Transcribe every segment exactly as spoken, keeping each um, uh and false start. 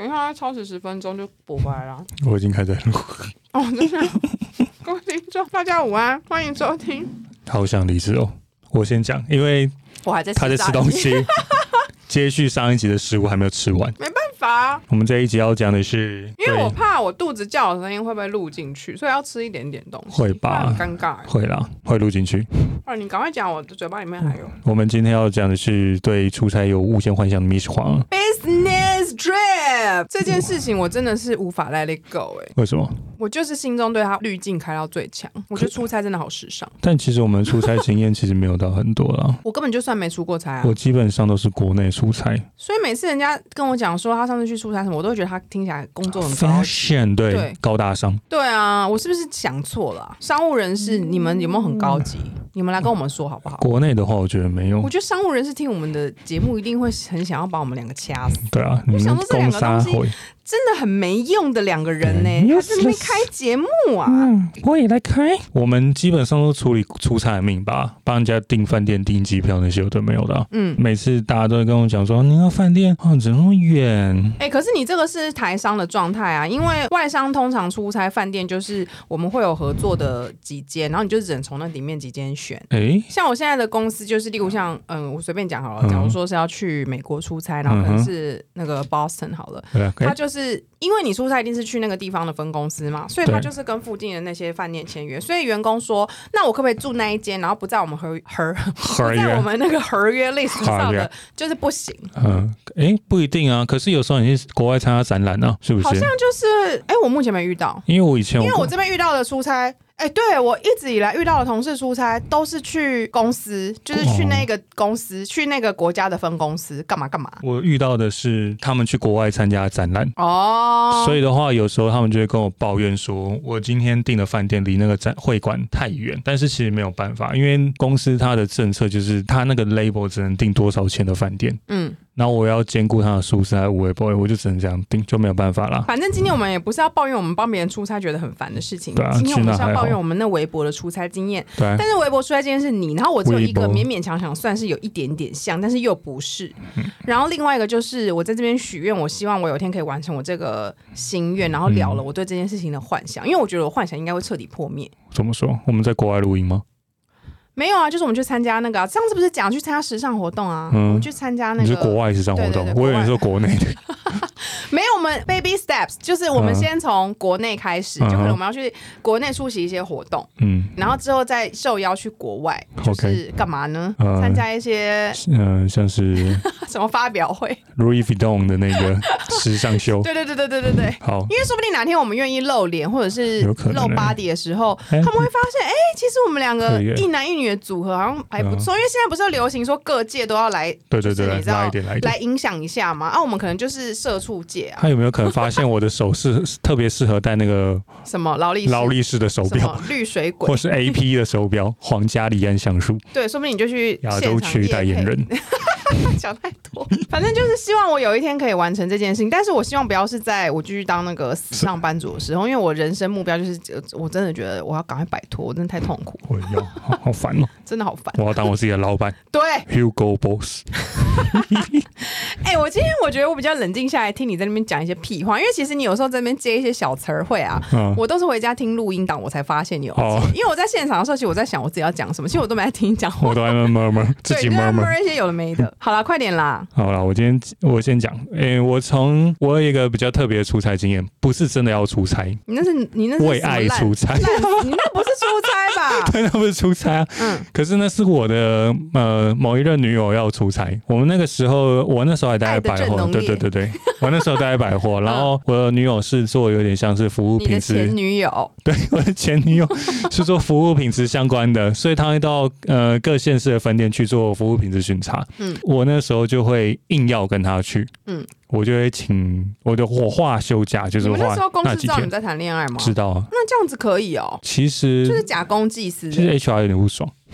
看它超时十分钟就补回来了。 我已经开始录。 哦，真的。各位听众，大家午安，欢迎收听。 好想离职哦！我先讲，因为我还在他在吃东西，接续上一集的食物还没有吃完。 没办法， 我们这一集要讲的是， 因为我怕我肚子叫的声音会不会录进去，所以要吃一点点东西。 会吧？ 很尴尬。 会啦，会录进去。 哦，你赶快讲，我的嘴巴里面还有。 我们今天要讲的是对出差有无限幻想的 Miss 黄。 Business trip 这件事情，我真的是无法 let it go 哎、欸。 为什么？ 我就是心中对它滤镜开到最强。我觉得出差真的好时尚。 但其实我们出差经验其实没有到很多啦。 我根本就算没出过差啊。 我基本上都是国内出差。 所以每次人家跟我讲说他上次去出差什么，我都会觉得他听起来工作很高级。 Fashion 对, 对高大上。 对啊，我是不是想错了、啊？商务人士，你们有没有很高级？你们来跟我们说好不好？ 国内的话，我觉得没有。 我觉得商务人士听我们的节目，一定会很想要把我们两个掐死。 对啊，你们攻杀会。 真的很没用的两个人呢、欸，他在那边开节目啊、 嗯！我也来开。我们基本上都处理出差的命吧，帮人家订饭店、订机票那些我都没有的、啊。嗯，每次大家都会跟我讲说，你要饭店哦，怎么那么远？ 哎、欸，可是你这个是台商的状态啊，因为外商通常出差饭店就是我们会有合作的几间，然后你就只能从那里面几间选。哎、欸，像我现在的公司就是，例如像嗯，我随便讲好了，假如说是要去美国出差，然后可能是那个 Boston 好了，嗯、它就是。是因为你出差一定是去那个地方的分公司嘛，所以他就是跟附近的那些饭店签约，所以员工说，那我可不可以住那一间，然后不在我们合合不在我们那个合约 list 上的，就是不行。嗯， 哎、欸，不一定啊，可是有时候你是国外参加展览啊，是不是？ 好像就是，哎、欸，我目前没遇到， 因为我以前我因为我这边遇到的出差。哎、欸，对我一直以来遇到的同事出差都是去公司，就是去那个公司，哦、去那个国家的分公司，干嘛干嘛。 我遇到的是他们去国外参加展览哦，所以的话，有时候他们就会跟我抱怨说，我今天订的饭店离那个展会馆太远，但是其实没有办法，因为公司它的政策就是它那个 label 只能订多少钱的饭店，嗯。然后我要兼顾他的舒适还有无微不微，我就只能这样定，就没有办法啦。 反正今天我们也不是要抱怨我们帮别人出差觉得很烦的事情，对啊、今天我们是要抱怨我们那微博的出差经验。对，但是微博出差经验是你，然后我只有一个勉勉强强算是有一点点像，但是又不是。嗯、然后另外一个就是我在这边许愿，我希望我有一天可以完成我这个心愿，然后了了我对这件事情的幻想，因为我觉得我幻想应该会彻底破灭。 怎么说？我们在国外录音吗？ 没有啊，就是我们去参加那个、啊，上次不是讲去参加时尚活动啊？嗯、我们去参加那个， 你是国外时尚活动，对对对，我以为你说国内的。 没有，我们 baby steps 就是我们先从国内开始，嗯、就可能我们要去国内出席一些活动，嗯，然后之后再受邀去国外，就是干嘛呢？参、呃、加一些， 嗯、呃，像是什么发表会 ，Louis Vuitton 的那个时尚秀， 对对对对对对对， 好， 因为说不定哪天我们愿意露脸或者是露 body 的时候，他们会发现，哎、欸，其实我们两个一男一女的组合好像还不错，嗯、因为现在不是流行说各界都要来， 对对对， 你知道来一点来一点， 来影响一下嘛？啊，我们可能就是社畜界啊。 他有没有可能发现我的手是特别适合戴那个什么劳力士劳力士的手表， 绿水鬼， 或是 A P 的手表，皇家礼安橡树？ 对，说不定你就去亚洲区代言人。 想太多，反正就是希望我有一天可以完成这件事情，但是我希望不要是在我继续当那个死上班族的时候，因为我人生目标就是，我真的觉得我要赶快摆脱，我真的太痛苦。 我要，好好烦哦， 真的好烦。 我要当我自己的老板。 对 ，Hugo Boss。 哎、欸，我今天我觉得我比较冷静下来，听你在那边讲一些屁话，因为其实你有时候在那边接一些小词汇啊，嗯、我都是回家听录音档，我才发现你有。哦、因为我在现场的时候，其实我在想我自己要讲什么，其实我都没在听你讲话， 我都在 murmur 自己 murmur 一些有的没的。好啦，快点啦！ 好啦，我今天我先讲，诶、欸，我从我有一个比较特别的出差经验，不是真的要出差， 你那是你那是为爱出差， 你那不是出差吧？ 对，那不是出差啊。嗯，可是那是我的呃某一任女友要出差，我们那个时候我那时候还待在百货，对对对对，我那时候待在百货，然后我的女友是做有点像是服务品质， 你的前女友， 对，我的前女友是做服务品质相关的，所以她会到呃各县市的分店去做服务品质巡查。嗯，我那时候就会硬要跟她去，嗯，我就会请我的火化休假，就是你们那时候公司知道你们在谈恋爱吗？ 知道啊。 那这样子可以哦， 其实就是假公济私， 其实 H R 有点不爽。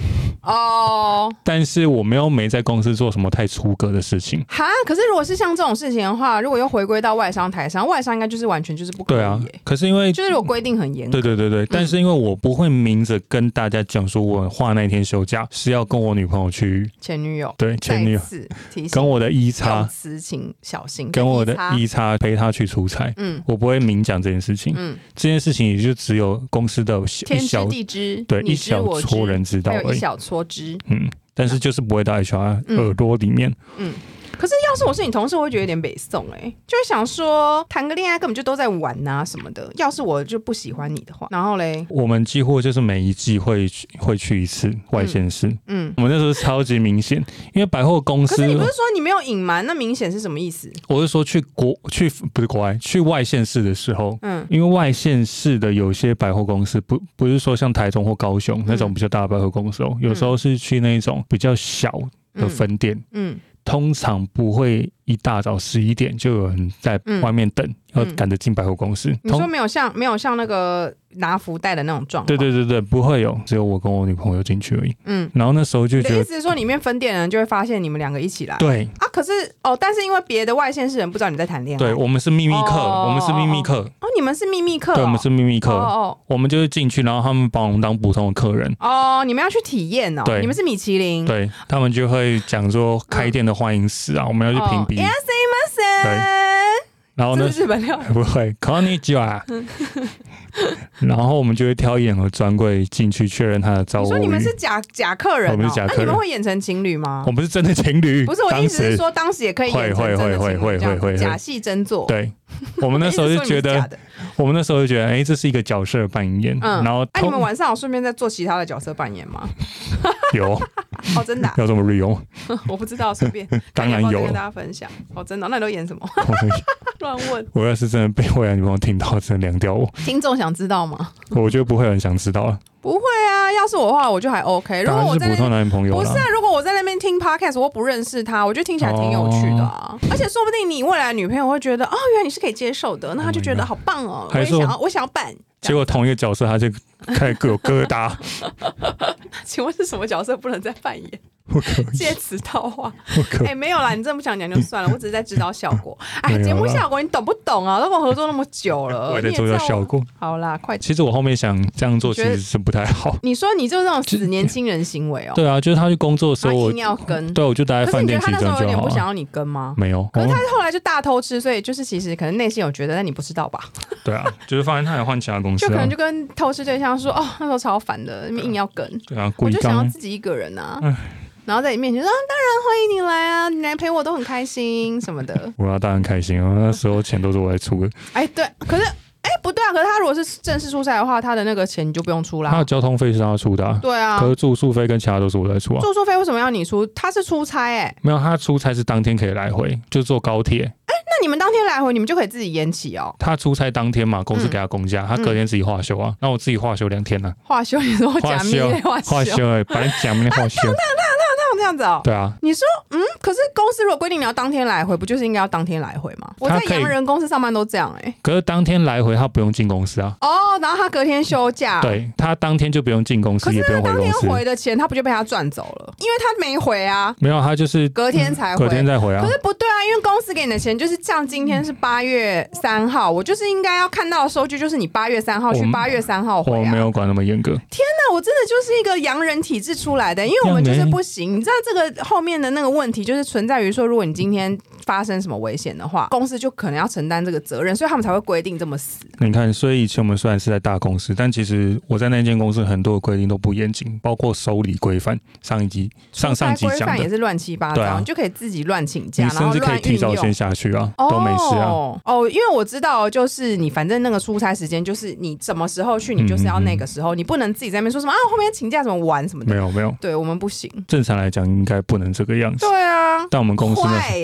哦，但是我没有没在公司做什么太出格的事情。 哈，可是如果是像这种事情的话，如果又回归到外商台商，外商应该就是完全就是不可以耶。对啊， 可是因为就是有规定很严格。 对对对对，嗯、但是因为我不会明着跟大家讲说我画那天休假是要跟我女朋友去前女友， 对前女友跟我的一叉词请小心， 跟我的一叉陪她去出差，嗯，我不会明讲这件事情，嗯，这件事情也就只有公司的天知地知， 对，一小撮人知道而已， 还有一小撮知， 嗯，但是就是不会到 H R 耳朵里面，嗯。嗯可是要是我是你同事，我会觉得有点北宋哎、欸，就会想说谈个恋爱根本就都在玩啊什么的。要是我就不喜欢你的话，然后嘞， 我们几乎就是每一季会会去一次外县市。嗯，嗯我们那时候超级明显，因为百货公司。 可是你不是说你没有隐瞒，那明显是什么意思？ 我是说去国去不是国外去外县市的时候，嗯，因为外县市的有些百货公司不不是说像台中或高雄、嗯、那种比较大的百货公司哦，有时候是去那种比较小的分店，嗯。嗯通常不会一大早十一点就有人在外面等，嗯、要赶着进百货公司。 你说没有像没有像那个拿福袋的那种状况？ 对对对对，不会有，只有我跟我女朋友进去而已。嗯，然后那时候就觉得， 你的意思是说里面分店的人就会发现你们两个一起来？ 对啊，可是哦，但是因为别的外县市人不知道你在谈恋爱， 对我们是秘密客，哦、我们是秘密客。 哦，你们是秘密客、哦？ 对，我们是秘密客。哦哦，我们就是进去，然后他们把我们当普通的客人。 哦，你们要去体验哦。 对， 你们是米其林。 对，他们就会讲说开店的欢迎词啊，嗯、我们要去评比。 哦对，然后呢？ 日本料理不会 ，Konnichiwa。然后我们就会挑一两个专柜进去确认他的招呼。 你说你们是假假客人、哦， 我们是假客人，那你们会演成情侣吗？ 我们是真的情侣。 不是，我的意思是说，当时也可以演成真的情侣， 会会会会会假戏真做。 对，我们那时候就觉得，我们那时候就觉得，哎，这是一个角色扮演。嗯，然后， 哎、啊，你们晚上有顺便在做其他的角色扮演吗？ 有。 哦，真的、啊？ 要这么 real？ 我不知道，随便。 当然有， 跟大家分享。哦，真的？那你都演什么？乱问。 我要是真的被未来女朋友听到，真的凉掉我。 听众想知道吗？ 我觉得不会有人想知道了。 不会啊，要是我的话，我就还 OK。如果我在是普通男朋友， 不是啊，如果我在那边听 podcast， 我不认识他，我觉得听起来挺有趣的啊。哦、而且说不定你未来的女朋友会觉得，哦，原来你是可以接受的，那他就觉得好棒哦。我也想要，我想要扮。 结果同一个角色，他就开始有疙瘩。 请问是什么角色不能再扮演？ 不可以借词套话。哎、欸，没有啦，你真的不想讲就算了，我只是在指导效果。哎，节目效果你懂不懂啊？都跟我合作那么久了， 我也在做这效果。 好啦，快。 其实我后面想这样做其实是不太好。 你说你就是那种死年轻人行为哦？ 对啊，就是他去工作的时候，我一定要跟。 对，我就待在饭店其中就好。可是你觉得他那时候有点不想要你跟吗？ 没有。 可是他后来就大偷吃，所以就是其实可能内心有觉得，但你不知道吧？ 对啊，就是发现他也换其他公司、啊， 就可能就跟偷吃对象说，哦，那时候超烦的，硬要跟。 对啊， 我就想要自己一个人啊。然后在你面前说、啊，当然欢迎你来啊，你来陪我都很开心什么的。 我要当然开心啊，那时候钱都是我来出的。 哎，对，可是哎不对啊，可是他如果是正式出差的话，他的那个钱你就不用出啦。 他的交通费是他出的、啊。对啊。 可是住宿费跟其他都是我在出啊。 住宿费为什么要你出？他是出差哎、欸。 没有，他出差是当天可以来回，就坐高铁。 哎，那你们当天来回，你们就可以自己延期哦。 他出差当天嘛，公司给他公假，嗯、他隔天自己化休啊。那、嗯、我自己化休两天呢、 啊。化休？你说假密化休？ 化休哎，本来假密化休。 这样子哦， 对啊， 你说嗯，可是公司如果规定你要当天来回，不就是应该要当天来回吗？我在洋人公司上班都这样哎、欸。 可是当天来回他不用进公司啊。 哦，然后他隔天休假， 对他当天就不用进公司，也不用回公司。 可是他当天回的钱，他不就被他赚走了？因为他没回啊。 没有，他就是隔天才回， 隔天再回啊。 可是不对啊，因为公司给你的钱就是像今天是八月三号，我就是应该要看到的收据就是你八月三号去八月三号回啊。 我没有管那么严格。 天哪，我真的就是一个洋人体制出来的，因为我们就是不行。你知道这个后面的那个问题就是存在于说，如果你今天发生什么危险的话，公司就可能要承担这个责任，所以他们才会规定这么死。 你看，所以以前我们虽然是在大公司，但其实我在那间公司很多的规定都不严谨，包括收礼规范。上一集、上上集讲的规范也是乱七八糟，啊、你就可以自己乱请假， 你甚至可以提早先下去啊， 哦、 都没事啊。 哦，因为我知道，就是你反正那个出差时间，就是你什么时候去，你就是要那个时候，嗯嗯嗯你不能自己在那边说什么啊，后面请假怎么玩什么的。 没有没有， 对我们不行。 正常来讲应该不能这个样子。 对啊， 但我们公司呢 ，bad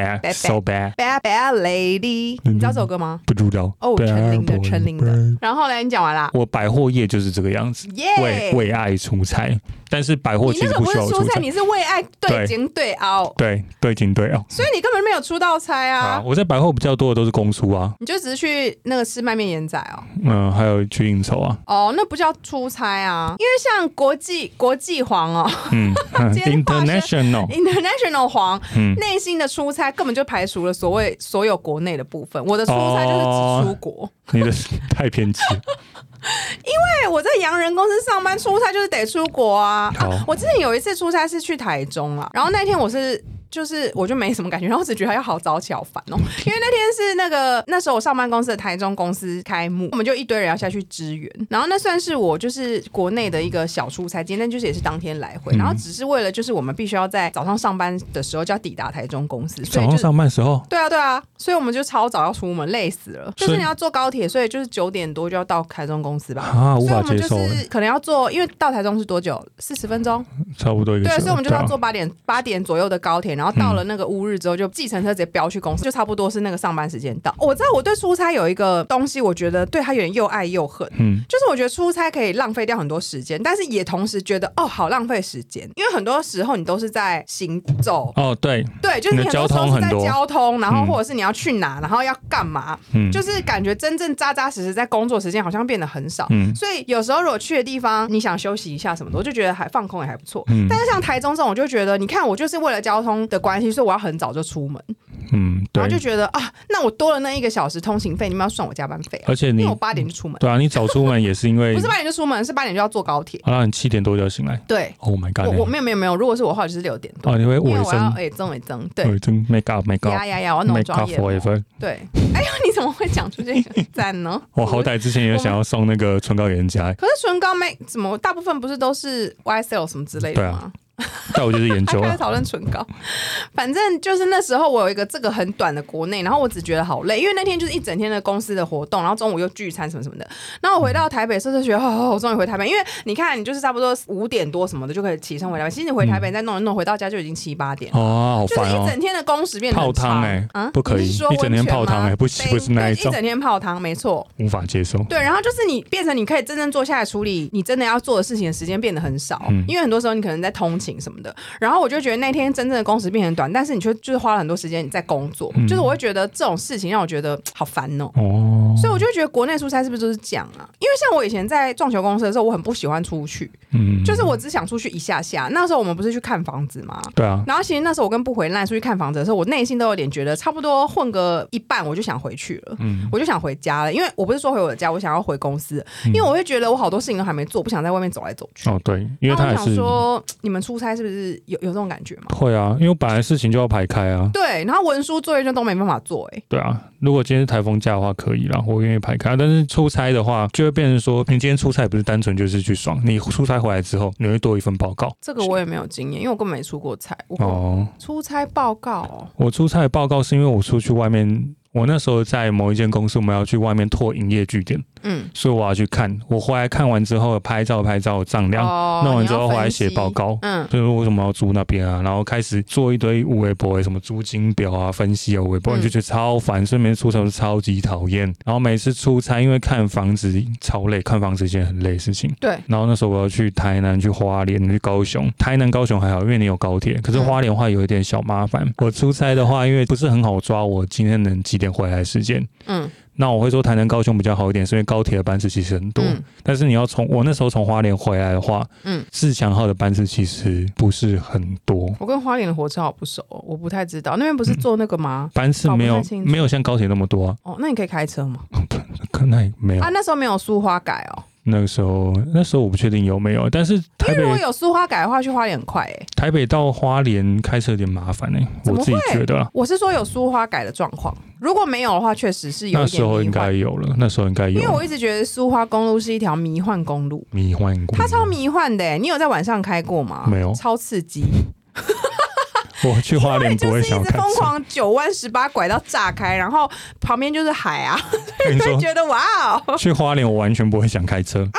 bad so bad bad bad lady， 你知道这首歌吗？ 不知道哦，陈琳的陈琳的。然后呢，你讲完啦。 我百货业就是这个样子， yeah! 为为爱出差，但是百货其实不需要出差， 你是为爱对精对凹， 对对精对凹， 所以你根本没有出到差啊。 啊我在百货比较多的都是公出啊， 你就只是去那个吃卖面盐仔哦， 嗯，还有去应酬啊。 哦，那不叫出差啊，因为像国际国际皇哦， 嗯，international international 皇，嗯，内心的出差根本就排除了所谓所有国内的部分，我的出差就是只出国。哦、 你的太偏激。 因为我在洋人公司上班，出差就是得出国啊。啊我之前有一次出差是去台中啊，然后那天我是。就是我就没什么感觉，然后我只觉得要好早起好烦哦，因为那天是那个那时候我上班公司的台中公司开幕，我们就一堆人要下去支援，然后那算是我就是国内的一个小出差，今天就是也是当天来回，然后只是为了就是我们必须要在早上上班的时候就要抵达台中公司， 早上上班的时候， 对啊对啊，所以我们就超早要出门，累死了，就是你要坐高铁，所以就是九点多就要到台中公司吧， 啊，无法接受， 所以我们就是可能要坐，因为到台中是多久？四十分钟， 差不多一个小时， 对，所以我们就要坐八点八点左右的高铁，然后到了那个乌日之后就计程车直接飙去公司，就差不多是那个上班时间到。我知道我对出差有一个东西，我觉得对他有点又爱又恨，嗯，就是我觉得出差可以浪费掉很多时间，但是也同时觉得哦好浪费时间，因为很多时候你都是在行走， 哦对对，就是你很多时候是在交通，然后或者是你要去哪，然后要干嘛，嗯，就是感觉真正扎扎实实在工作时间好像变得很少，嗯，所以有时候如果去的地方你想休息一下什么的，我就觉得还放空也还不错，嗯，但是像台中这种，我就觉得你看我就是为了交通的关系，所以我要很早就出门。嗯，对，然后就觉得啊，那我多了那一个小时通勤费，你们要算我加班费、啊， 而且你因为我八点就出门， 对啊，你早出门也是因为不是八点就出门，是八点就要坐高铁， 好、啊、你七点多就要醒来， 对 ，Oh my god， 我我没有没有没有，如果是我的话就是六点多， 哦，你会因为我要哎增哎增，对， 增 make up make up， 呀呀呀，我要浓妆艳抹，对，哎呀，你怎么会讲出这个赞呢？ 我好歹之前也想要送那个唇膏给人家， 可是唇膏没怎么，大部分不是都是 Y S L 什么之类的吗？对啊但我就是研究开始讨论唇膏，反正就是那时候我有一个这个很短的国内，然后我只觉得好累，因为那天就是一整天的公司的活动，然后中午又聚餐什么什么的。然后我回到台北的时候就觉得，哦，我终于回台北，因为你看你就是差不多五点多什么的就可以起身回台北，其实你回台北再弄一弄，回到家就已经七八点了。哦，好烦哦！就是一整天的工时变得很长。泡汤哎、欸， 啊，不可以，一整天泡汤哎、欸，不不是那一种， 一整天泡汤，没错， 无法接受。 对，然后就是你变成你可以真正坐下来处理你真的要做的事情的时间变得很少，嗯、因为很多时候你可能在通勤什么的，然后我就觉得那天真正的工时变很短，但是你却就是花了很多时间在工作、嗯，就是我会觉得这种事情让我觉得好烦哦、喔。所以我就会觉得国内出差是不是都是这样啊？因为像我以前在撞球公司的时候，我很不喜欢出去，嗯，就是我只想出去一下下。那时候我们不是去看房子吗？ 对啊。 然后其实那时候我跟不回来出去看房子的时候，我内心都有点觉得差不多混个一半，我就想回去了，嗯，我就想回家了，因为我不是说回我的家，我想要回公司，因为我会觉得我好多事情都还没做，不想在外面走来走去。 哦，对，因为他也是。我想说，你们出差是不是有有这种感觉吗？ 会啊，因为本来事情就要排开啊。 对，然后文书作业就都没办法做、欸，哎。 对啊，如果今天是台风假的话可以啦，我愿意排开。但是出差的话，就会变成说，你今天出差不是单纯就是去爽，你出差回来之后，你会多一份报告。 这个我也没有经验，因为我根本没出过差。哦，出差报告哦。 我出差的报告是因为我出去外面。我那时候在某一间公司，我们要去外面拓营业据点，嗯，所以我要去看。我回来看完之后，拍照拍照丈量、哦，弄完之后回来写报告，嗯，就是为什么要租那边啊，然后开始做一堆五微博，什么租金表啊、分析啊、微博，你就觉得超烦，所以每次出差都超级讨厌。然后每次出差，因为看房子超累，看房子是一件很累的事情。 对。 然后那时候我要去台南、去花莲、去高雄。台南、高雄还好，因为你有高铁，可是花莲的话有一点小麻烦。嗯、我出差的话，因为不是很好抓，我今天能几点回来的时间，嗯，那我会说台南高雄比较好一点，是因为高铁的班次其实很多，嗯、但是你要从我那时候从花莲回来的话，嗯，自强号的班次其实不是很多。 我跟花莲的火车好不熟，我不太知道那边不是坐那个吗？ 嗯、班次没有没有像高铁那么多啊。 哦，那你可以开车吗？ 可能没有啊，那时候没有苏花改哦。 那个时候，那时候我不确定有没有，但是台北因为如果有苏花改的话，去花莲很快哎、欸。 台北到花莲开车有点麻烦哎、欸，我自己觉得、啊。 我是说有苏花改的状况，如果没有的话，确实是有一点迷幻。 那时候应该有了，那时候应该有了。 因为我一直觉得苏花公路是一条迷幻公路， 迷幻公路， 它超迷幻的、欸。你有在晚上开过吗？ 没有， 超刺激。 我去花莲不会想开车， 疯狂九弯十八拐到炸开，然后旁边就是海啊，所以就会觉得哇哦。 去花莲我完全不会想开车啊！我开过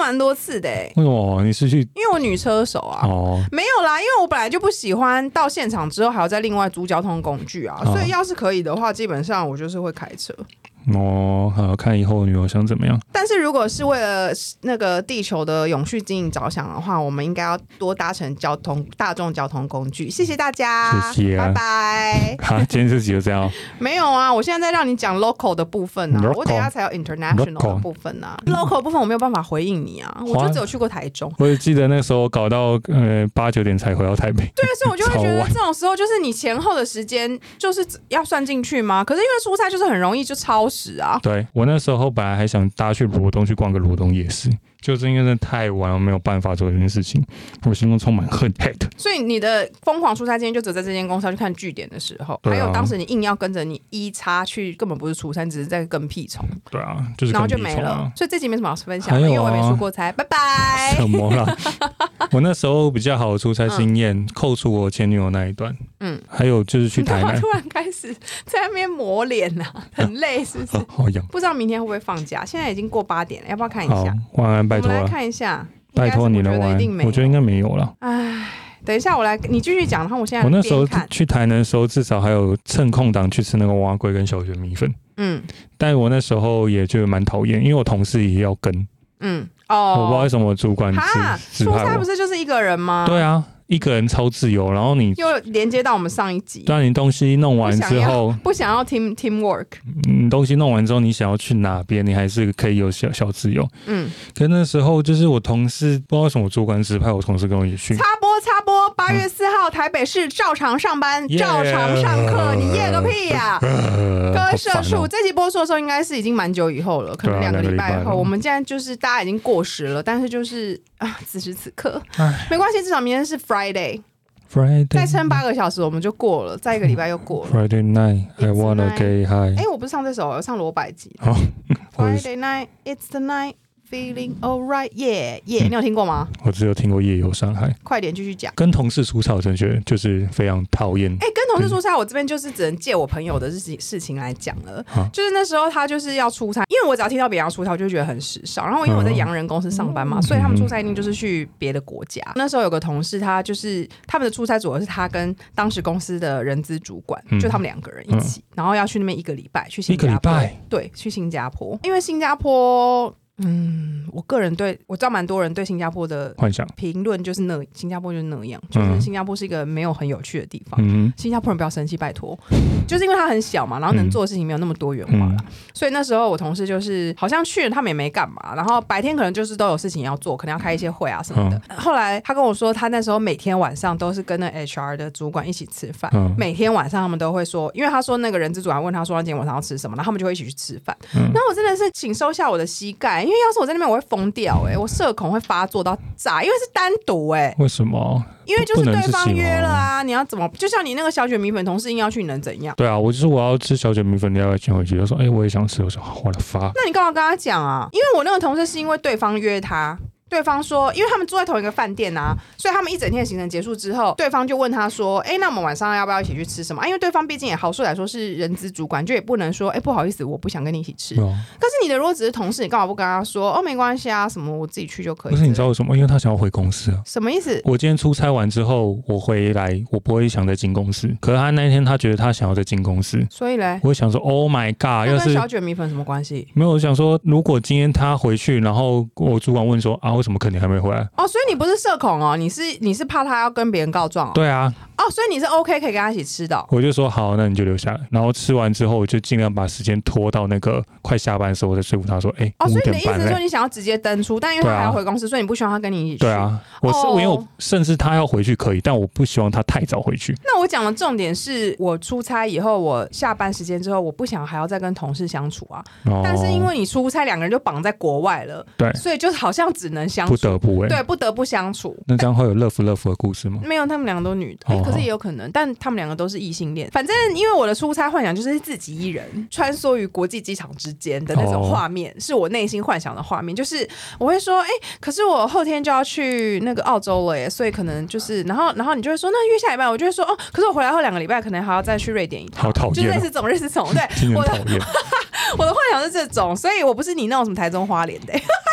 蛮多次的、欸。 为什么？你是去？ 因为我女车手啊。哦，没有啦，因为我本来就不喜欢到现场之后还要再另外租交通工具啊，哦、所以要是可以的话，基本上我就是会开车。 哦，好，看以后女友想怎么样。 但是如果是为了那个地球的永续经营着想的话，我们应该要多搭乘交通大众交通工具。谢谢大家， 谢谢、啊， 拜拜。 好，今天这集就这样。 没有啊，我现在在让你讲 local 的部分啊， local, 我等一下才有 international 的部分啊。local 的部分我没有办法回应你啊，我就只有去过台中。 我也记得那时候搞到呃八九点才回到台北。 对，所以我就会觉得这种时候就是你前后的时间就是要算进去吗？可是因为出差就是很容易就超时啊。 对，我那时候本来还想搭去罗东去逛个罗东夜市，就是因为真的太晚了，没有办法做这件事情，我心中充满恨 hate。所以你的疯狂出差经验就只在这间公司要去看据点的时候，啊、还有当时你硬要跟着你一叉去，根本不是出差，只是在跟屁虫。 对啊，就是、啊、 然后就没了。所以这集没什么好分享的、啊，因为我没出过差。拜拜。 什么啦？我那时候比较好的出差经验，嗯、扣除我前女友那一段，嗯，还有就是去台南。 突然开始在那边抹脸啊，很累是不是？ 好痒。 不知道明天会不会放假？现在已经过八点了，要不要看一下？ 好，晚安，拜托了。 我们来看一下， 拜托你了，晚安。我觉得应该没有了。 唉，等一下我来，你继续讲，然后我现在我那时候去台南的时候，至少还有趁空档去吃那个蛙龟跟小卷米粉。嗯，但我那时候也就蛮讨厌，因为我同事也要跟。嗯，哦，我不知道为什么主管出差不是就是一个人吗？ 对啊。一个人超自由，然后你又连接到我们上一集， 当你东西弄完之后， 不想要 team teamwork， 你东西弄完之后，你想要去哪边，你还是可以有小小自由。嗯，可那时候就是我同事不知道为什么主管指派我同事跟我一起去。 插播插播，八月四号、嗯、台北市照常上班， yeah, 照常上课，你耶个屁呀、啊！呃、各位社畜、哦，这集播出的时候应该是已经蛮久以后了，可能两个礼拜后。啊、我们现在就是大家已经过时了，但是就是啊，此时此刻没关系，至少明天是 Friday。 Friday 再撑八个小时我们就过了，再一个礼拜又过了。 Friday night, I wanna get high。 哎，我不是唱这首，我唱罗百吉。Oh, Friday night, it's the night, feeling alright, yeah, yeah、嗯。你有听过吗？ 我只有听过《夜游上海》。 快点继续讲。 跟同事出差，我真的觉得就是非常讨厌。 哎，跟同事出差，我这边就是只能借我朋友的事事情来讲了、啊。就是那时候他就是要出差，因为我只要听到别人要出差，我就觉得很时尚。然后因为我在洋人公司上班嘛，嗯、所以他们出差一定就是去别的国家、嗯。那时候有个同事，他就是他们的出差组合是他跟当时公司的人资主管，嗯、就他们两个人一起、嗯，然后要去那边一个礼拜，去新加坡。一个礼拜？对，去新加坡，因为新加坡。嗯，我个人对我知道蛮多人对新加坡的幻想评论就是那新加坡就是那样，就是新加坡是一个没有很有趣的地方。嗯、新加坡人不要生气，拜托，就是因为它很小嘛，然后能做的事情没有那么多元化啦、嗯、所以那时候我同事就是好像去了，他们也没干嘛，然后白天可能就是都有事情要做，可能要开一些会啊什么的。嗯、后来他跟我说，他那时候每天晚上都是跟那 H R 的主管一起吃饭、嗯，每天晚上他们都会说，因为他说那个人资主管问他说他今天晚上要吃什么，然后他们就会一起去吃饭。嗯、然后我真的是请收下我的膝盖。因为要是我在那边我会疯掉哎、欸，我社恐会发作到炸，因为是单独哎、欸。 为什么？ 因为就是对方约了啊，你要怎么？就像你那个小卷米粉同事硬要去，你能怎样？ 对啊，我就是我要吃小卷米粉，你要请回去，他说哎、欸，我也想吃，我说我的发。 那你干嘛跟他讲啊？因为我那个同事是因为对方约他。对方说，因为他们住在同一个饭店啊，所以他们一整天的行程结束之后，对方就问他说：“哎，那我们晚上要不要一起去吃什么？”啊、因为对方毕竟也好说来说是人资主管，就也不能说：“哎，不好意思，我不想跟你一起吃。哦”可是你的如果只是同事，你干嘛不跟他说：“哦，没关系啊，什么我自己去就可以。” 不是，你知道为什么？因为他想要回公司啊。 什么意思？ 我今天出差完之后，我回来，我不会想再进公司。可是他那一天，他觉得他想要再进公司， 所以嘞， 我会想说 ：“Oh my god！” 那跟小卷米粉什么关系？ 没有，我想说，如果今天他回去，然后我主管问说：“啊，为什么肯定还没回来？” 哦，所以你不是社恐哦，你是你是怕他要跟别人告状哦？ 对啊。 哦，所以你是 OK 可以跟他一起吃的、哦？ 我就说好，那你就留下来。然后吃完之后，我就尽量把时间拖到那个快下班的时候，我再说服他说：“哎、欸， 哦，所以你的意思是说你想要直接登出，但因为他还要回公司，啊、所以你不希望他跟你一起去。” 对啊，我是、哦、因为我甚至他要回去可以，但我不希望他太早回去。 那我讲的重点是我出差以后，我下班时间之后，我不想还要再跟同事相处啊。哦、但是因为你出差，两个人就绑在国外了，对，所以就好像只能相处， 不得不哎、欸， 对，不得不相处。 那这样会有乐福乐福的故事吗？ 没有，他们两个都女的，欸、可是也有可能，但他们两个都是异性恋。反正因为我的出差幻想就是自己一人穿梭于国际机场之间的那种画面，哦、是我内心幻想的画面。就是我会说，哎、欸，可是我后天就要去那个澳洲了耶，所以可能就是，然后然后你就会说，那约下礼拜，我就会说，哦，可是我回来后两个礼拜可能还要再去瑞典一趟， 好讨厌、哦， 就是类似这种类似这种，对， 我的我的幻想是这种，所以我不是你那种什么台中花莲的、欸。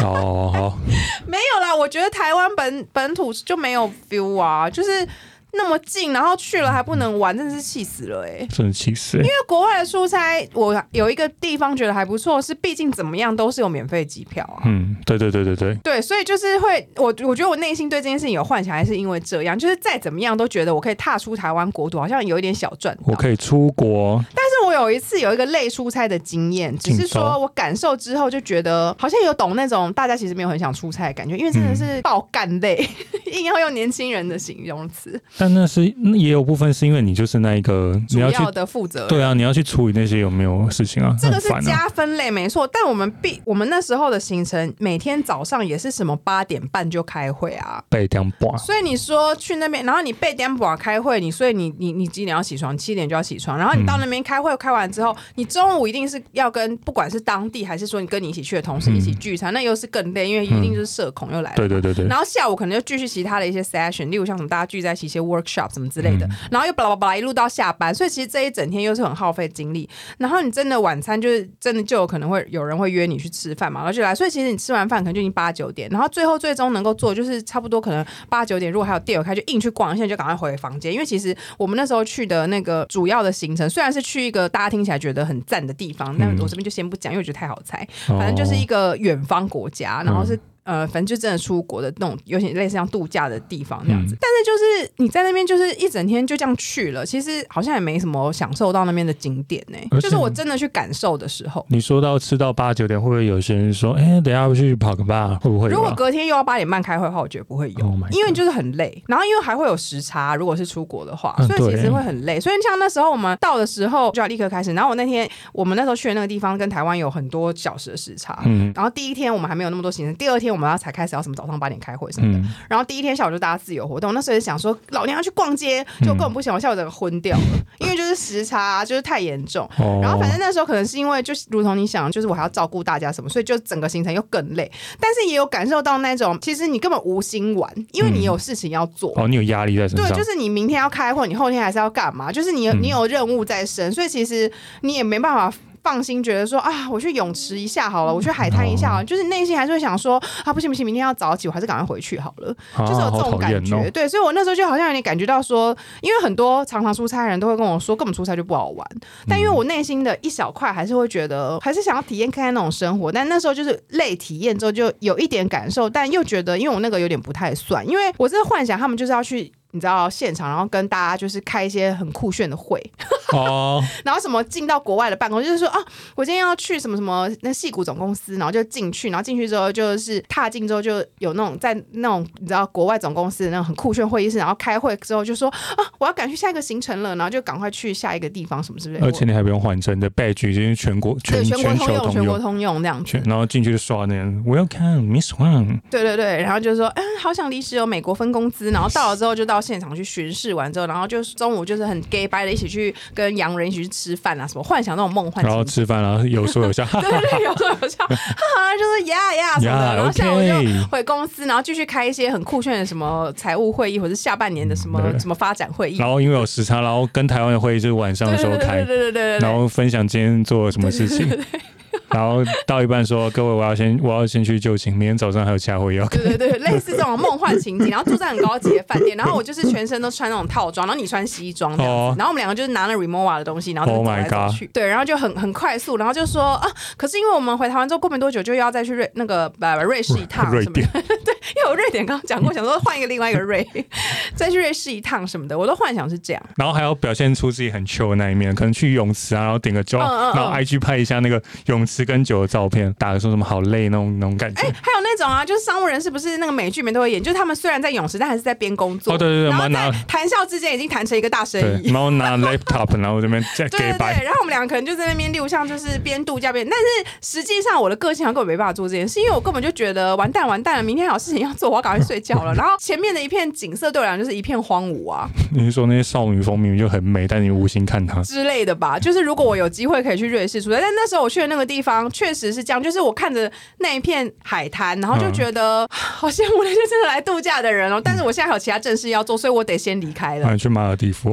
哦，好， 没有啦，我觉得台湾本本土就没有 feel 啊，就是。那么近，然后去了还不能玩，真的是气死了哎、欸！ 真的气死、欸！ 因为国外的出差，我有一个地方觉得还不错，是毕竟怎么样都是有免费机票啊。 嗯，对对对对对， 对，所以就是会，我我觉得我内心对这件事情有幻想，还是因为这样，就是再怎么样都觉得我可以踏出台湾国土，好像有一点小赚到。 我可以出国， 但是我有一次有一个类出差的经验，只是说我感受之后就觉得好像有懂那种大家其实没有很想出差的感觉，因为真的是爆干累，嗯、硬要用年轻人的形容词。 但那是也有部分是因为你就是那一个主要的负责人， 对啊，你要去处理那些有没有事情啊？ 这个是加分类没错，但我们必我们那时候的行程每天早上也是什么八点半就开会啊， 八点半。 所以你说去那边，然后你八点半开会，你所以你你你几点要起床？七点就要起床，然后你到那边开会、嗯、开完之后，你中午一定是要跟不管是当地还是说你跟你一起去的同事一起聚餐，嗯、那又是更累，因为一定就是社恐又来了、嗯。对对对对。 然后下午可能就继续其他的一些 session， 例如像什么大家聚在一起一些 workshop 什么之类的。嗯然后又巴拉巴拉一路到下班，所以其实这一整天又是很耗费精力。然后你真的晚餐就是真的就有可能会有人会约你去吃饭嘛，然后就来。所以其实你吃完饭可能就已经八九点，然后最后最终能够做就是差不多可能八九点，如果还有店有开就硬去逛，现在就赶快回房间。因为其实我们那时候去的那个主要的行程，虽然是去一个大家听起来觉得很赞的地方，但我这边就先不讲，因为我觉得太好猜。反正就是一个远方国家，然后是。呃，反正就真的出国的那种，有点类似像度假的地方那样子。嗯、但是就是你在那边就是一整天就这样去了，其实好像也没什么享受到那边的景点呢、欸。就是我真的去感受的时候， 你说到吃到八九点，会不会有些人说，哎、欸，等一下去跑个吧？会不会？ 如果隔天又要八点半开会的话，我觉得不会有， oh、因为你就是很累，然后因为还会有时差，如果是出国的话，所以其实会很累。所以像那时候我们到的时候就要立刻开始，然后我那天我们那时候去的那个地方跟台湾有很多小时的时差，嗯，然后第一天我们还没有那么多行程，第二天我们要才开始要什么。早上八点开会什么的、嗯，然后第一天下午就大家自由活动。那时候就想说，老娘要去逛街，就根本不行，我下午整个昏掉了，因为就是时差、啊、就是太严重、哦。然后反正那时候可能是因为就是如同你想，就是我还要照顾大家什么，所以就整个行程又更累。但是也有感受到那种，其实你根本无心玩，因为你有事情要做。 嗯、哦，你有压力在身上。 对，就是你明天要开会，你后天还是要干嘛？就是你有、嗯、你有任务在身，所以其实你也没办法。放心觉得说啊，我去泳池一下好了，我去海滩一下好了，哦、就是内心还是会想说啊，不行不行，明天要早起，我还是赶快回去好了，啊、就是有这种感觉、哦。对，所以我那时候就好像有点感觉到说，因为很多常常出差的人都会跟我说，根本出差就不好玩。但因为我内心的一小块还是会觉得，还是想要体验看看那种生活。但那时候就是累体验之后，就有一点感受，但又觉得，因为我那个有点不太算，因为我真的幻想他们就是要去。你知道现场，然后跟大家就是开一些很酷炫的会，哦，然后什么进到国外的办公室，就是说啊，我今天要去什么什么那矽谷总公司，然后就进去，然后进去之后就是踏进之后就有那种在那种你知道国外总公司的那种很酷炫会议室，然后开会之后就说啊，我要赶去下一个行程了，然后就赶快去下一个地方什么之类的。 而且你还不用换证的 badge， 已经是全国全全国通用， 全国通用这样子。 然后进去就刷那样 ，Welcome Miss Wang。 对对对，然后就说嗯，好想离职有美国分公司，然后到了之后就到现场去巡视。试完之后，然后就中午就是很 gay 掰的一起去跟洋人一起去吃饭啊，什么幻想那种梦幻。 然后吃饭，然后有说有笑， 对对对，有说有笑，哈哈，就是呀呀什么的。然后下午就回公司，然后继续开一些很酷炫的什么财务会议，或者是下半年的什么什么发展会议。 然后因为有时差，然后跟台湾的会议就是晚上的时候开， 对对对对对， 然后分享今天做了什么事情。对对对对然后到一半说：“各位，我要先我要先去就寝，明天早上还有其他会要。”对对对，类似这种梦幻情景，然后住在很高级的饭店，然后我就是全身都穿那种套装，然后你穿西装这样子， oh. 然后我们两个就是拿了 Rimowa 的东西，然后就走来走去， oh、对，然后就很很快速，然后就说啊，可是因为我们回台湾之后过没多久就要再去瑞那个呃瑞士一趟什么的，对，因为我瑞典刚刚讲过，想说换一个另外一个瑞，再去瑞士一趟什么的，我都幻想是这样， 然后还要表现出自己很 chill 的那一面，可能去泳池啊，然后点个酒，嗯嗯嗯然后 I G 拍一下那个泳池跟酒的照片。打个说什么好累那种那种感觉，哎、欸，还有那种啊，就是商务人士不是那个美剧里面都会演，就是他们虽然在泳池，但还是在边工作。 哦，对对对， 然后在谈笑之间已经谈成一个大生意， 然后拿 laptop， 然后这边再给白。 对，然后我们两个可能就在那边六像就是边度假边，但是实际上我的个性上根本没办法做这件事，因为我根本就觉得完蛋完蛋了，明天还有事情要做，我要赶快睡觉了。然后前面的一片景色对我来讲就是一片荒芜啊。 你是说那些少女风明明就很美，但你无心看它之类的吧？就是如果我有机会可以去瑞士出差，但那时候我去的那个地方确实是这样，就是我看着。那一片海滩，然后就觉得、嗯、好羡慕那些真的来度假的人哦。但是我现在还有其他正事要做，所以我得先离开了。 啊、去马尔地夫，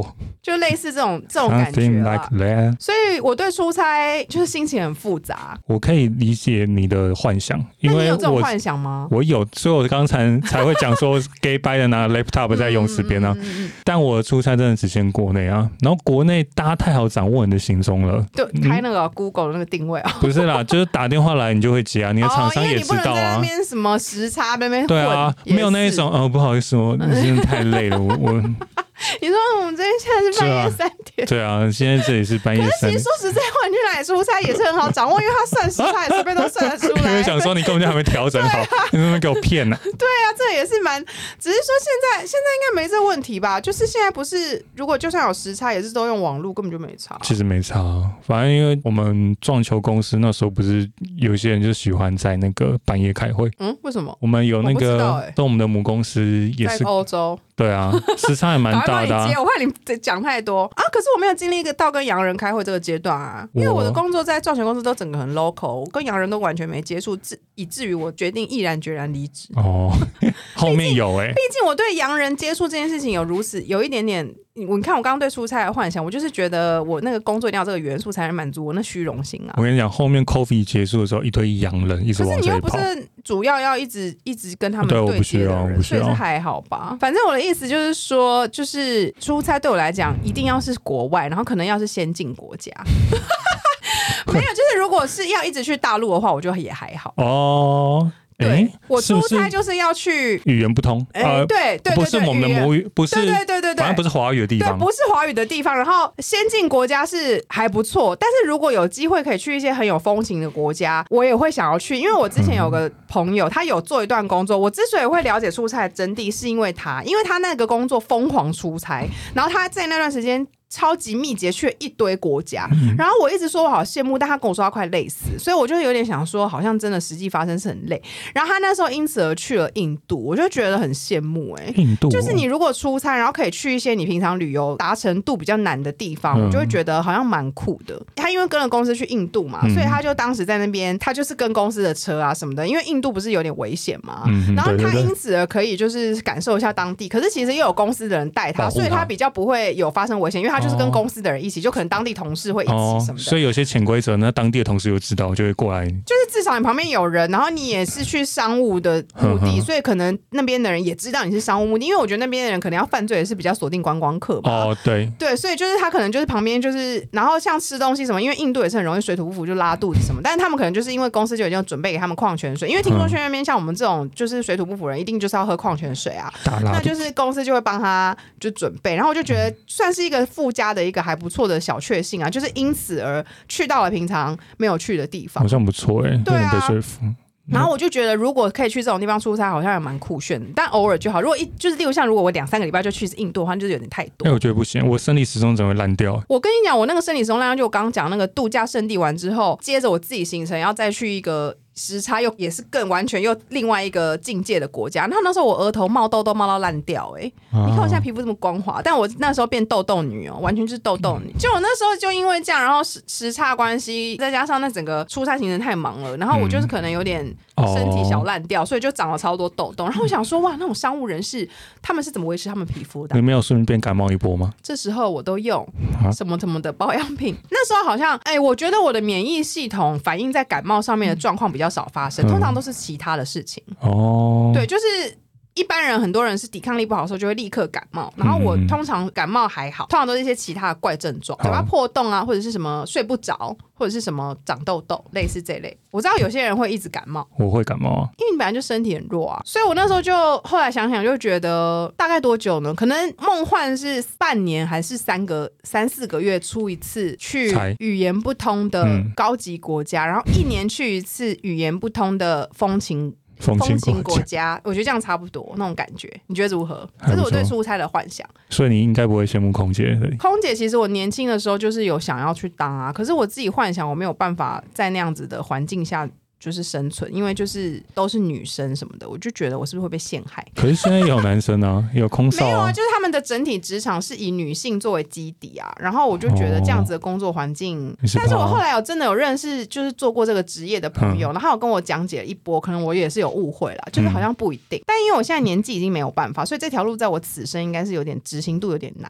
就类似这种这种感觉啦。 Like 所以我对出差就是心情很复杂。 我可以理解你的幻想，因为我那你有这种幻想吗？ 我有，所以我刚才才会讲说 gay 掰的拿 laptop 在泳池边啊。嗯嗯嗯嗯，但我的出差真的只限国内啊，然后国内大家太好掌握你的行踪了， 对，开那个 Google 的那个定位啊。 不是啦，就是打电话来你就会接啊，你的厂商也知道啊。哦，因为你不能在那边什么时差那边混。 对啊，没有那一种哦，不好意思，我真的太累了，我我。 你说我们这边现在是半夜三点， 对啊，对啊，现在这里是半夜三点。 可是其实说实在话，你去哪里出差也是很好掌握，因为他算时差也随便都算得出来。 因为想说你根本就还没调整好，啊，你能不能给我骗呢，啊？ 对啊，这也是蛮，只是说现在现在应该没这问题吧？就是现在不是，如果就算有时差，也是都用网络，根本就没差。 其实没差，反正因为我们撞球公司那时候不是有些人就喜欢在那个半夜开会。 嗯，为什么？ 我们有那个， 欸， 跟我们的母公司也是在欧洲。 对啊，时差也蛮大的，啊。 我怕你讲太多啊！可是我没有经历一个到跟洋人开会这个阶段啊，因为我的工作在撞球公司都整个很 local， 我跟洋人都完全没接触，以至于我决定毅然决然离职。 哦，后面有哎，欸， 毕竟我对洋人接触这件事情有如此有一点点。你看我刚刚对出差的幻想，我就是觉得我那个工作一定要这个元素才能满足我那虚荣心啊。 我跟你讲，后面 COVID 结束的时候，一堆洋人一直往这里跑。 可是你又不是主要要一直一直跟他们对接的人，所以是还好吧。反正我的意思就是说，就是出差对我来讲，一定要是国外，然后可能要是先进国家。没有，就是如果是要一直去大陆的话，我就也还好哦。 对，我出差就是要去语言不通， 呃，对对对， 不是我们的母语，不是， 对对对对对， 反正不是华语的地方， 对，不是华语的地方。然后先进国家是还不错，但是如果有机会可以去一些很有风情的国家，我也会想要去。因为我之前有个朋友，他有做一段工作，我之所以会了解出差的真谛，是因为他，因为他那个工作疯狂出差，然后他在那段时间超级密集去了一堆国家，嗯，然后我一直说我好羡慕，但他跟我说他快累死，所以我就有点想说好像真的实际发生是很累。然后他那时候因此而去了印度，我就觉得很羡慕。哎，欸， 印度，哦， 就是你如果出差然后可以去一些你平常旅游达成度比较难的地方，嗯，我就会觉得好像蛮酷的。他因为跟了公司去印度嘛，嗯，所以他就当时在那边他就是跟公司的车啊什么的，因为印度不是有点危险嘛，嗯，然后他因此而可以就是感受一下当地，可是其实又有公司的人带他，所以他比较不会有发生危险，因为他就是跟公司的人一起，就可能当地同事会一起什么的，哦， 所以有些潜规则，那当地的同事又知道，就会过来。 就是至少你旁边有人，然后你也是去商务的目的，所以可能那边的人也知道你是商务目的，因为我觉得那边的人可能要犯罪也是比较锁定观光客嘛。 哦，对对，所以就是他可能就是旁边就是，然后像吃东西什么，因为印度也是很容易水土不服就拉肚子什么，但是他们可能就是因为公司就已经准备给他们矿泉水，因为听说去那边像我们这种就是水土不服人，一定就是要喝矿泉水啊，那就是公司就会帮他就准备，然后我就觉得算是一个附加的一个还不错的小确幸啊，就是因此而去到了平常没有去的地方， 好像不错哎，欸， 对啊， 被说服。 然后我就觉得，如果可以去这种地方出差，好像也蛮酷炫的，但偶尔就好。如果一就是，例如像如果我两三个礼拜就去印度的话，就是有点太多。 哎，我觉得不行，我生理时钟怎么会烂掉？ 我跟你讲，我那个生理时钟烂掉，就我刚刚讲那个度假胜地完之后，接着我自己行程要再去一个时差又也是更完全又另外一个境界的国家。然后那时候我额头冒痘痘冒到烂掉，哎、欸啊，你看我现在皮肤这么光滑，但我那时候变痘痘女哦、喔，完全就是痘痘女。就我那时候就因为这样，然后时时差关系，再加上那整个出差行程太忙了，然后我就是可能有点身体小烂掉，嗯、所以就长了超多痘痘。然后我想说，哇，那种商务人士他们是怎么维持他们皮肤的？ 你没有顺便感冒一波吗？ 这时候我都用什么什么的保养品。那时候好像，哎、欸，我觉得我的免疫系统反应在感冒上面的状况比较少发生，嗯、通常都是其他的事情。哦，对，就是一般人很多人是抵抗力不好的时候就会立刻感冒，然后我通常感冒还好，通常都是一些其他的怪症状，嘴巴破洞啊，或者是什么睡不着，或者是什么长痘痘，类似这类。我知道有些人会一直感冒， 我会感冒啊， 因为你本来就身体很弱啊，所以我那时候就后来想想就觉得大概多久呢？可能梦幻是半年还是三个三四个月出一次去语言不通的高级国家，然后一年去一次语言不通的风情。风情国家，我觉得这样差不多那种感觉，你觉得如何？这是我对出差的幻想。 所以你应该不会羡慕空姐。 空姐其实我年轻的时候就是有想要去当啊，可是我自己幻想我没有办法在那样子的环境下就是生存，因为就是都是女生什么的，我就觉得我是不是会被陷害？ 可是现在也有男生啊，有空少啊。 没有啊，就是他们的整体职场是以女性作为基底啊，然后我就觉得这样子的工作环境、哦、但是我后来有真的有认识就是做过这个职业的朋友、嗯、然后有跟我讲解了一波，可能我也是有误会啦，就是好像不一定、嗯、但因为我现在年纪已经没有办法，所以这条路在我此生应该是有点执行度有点难啦。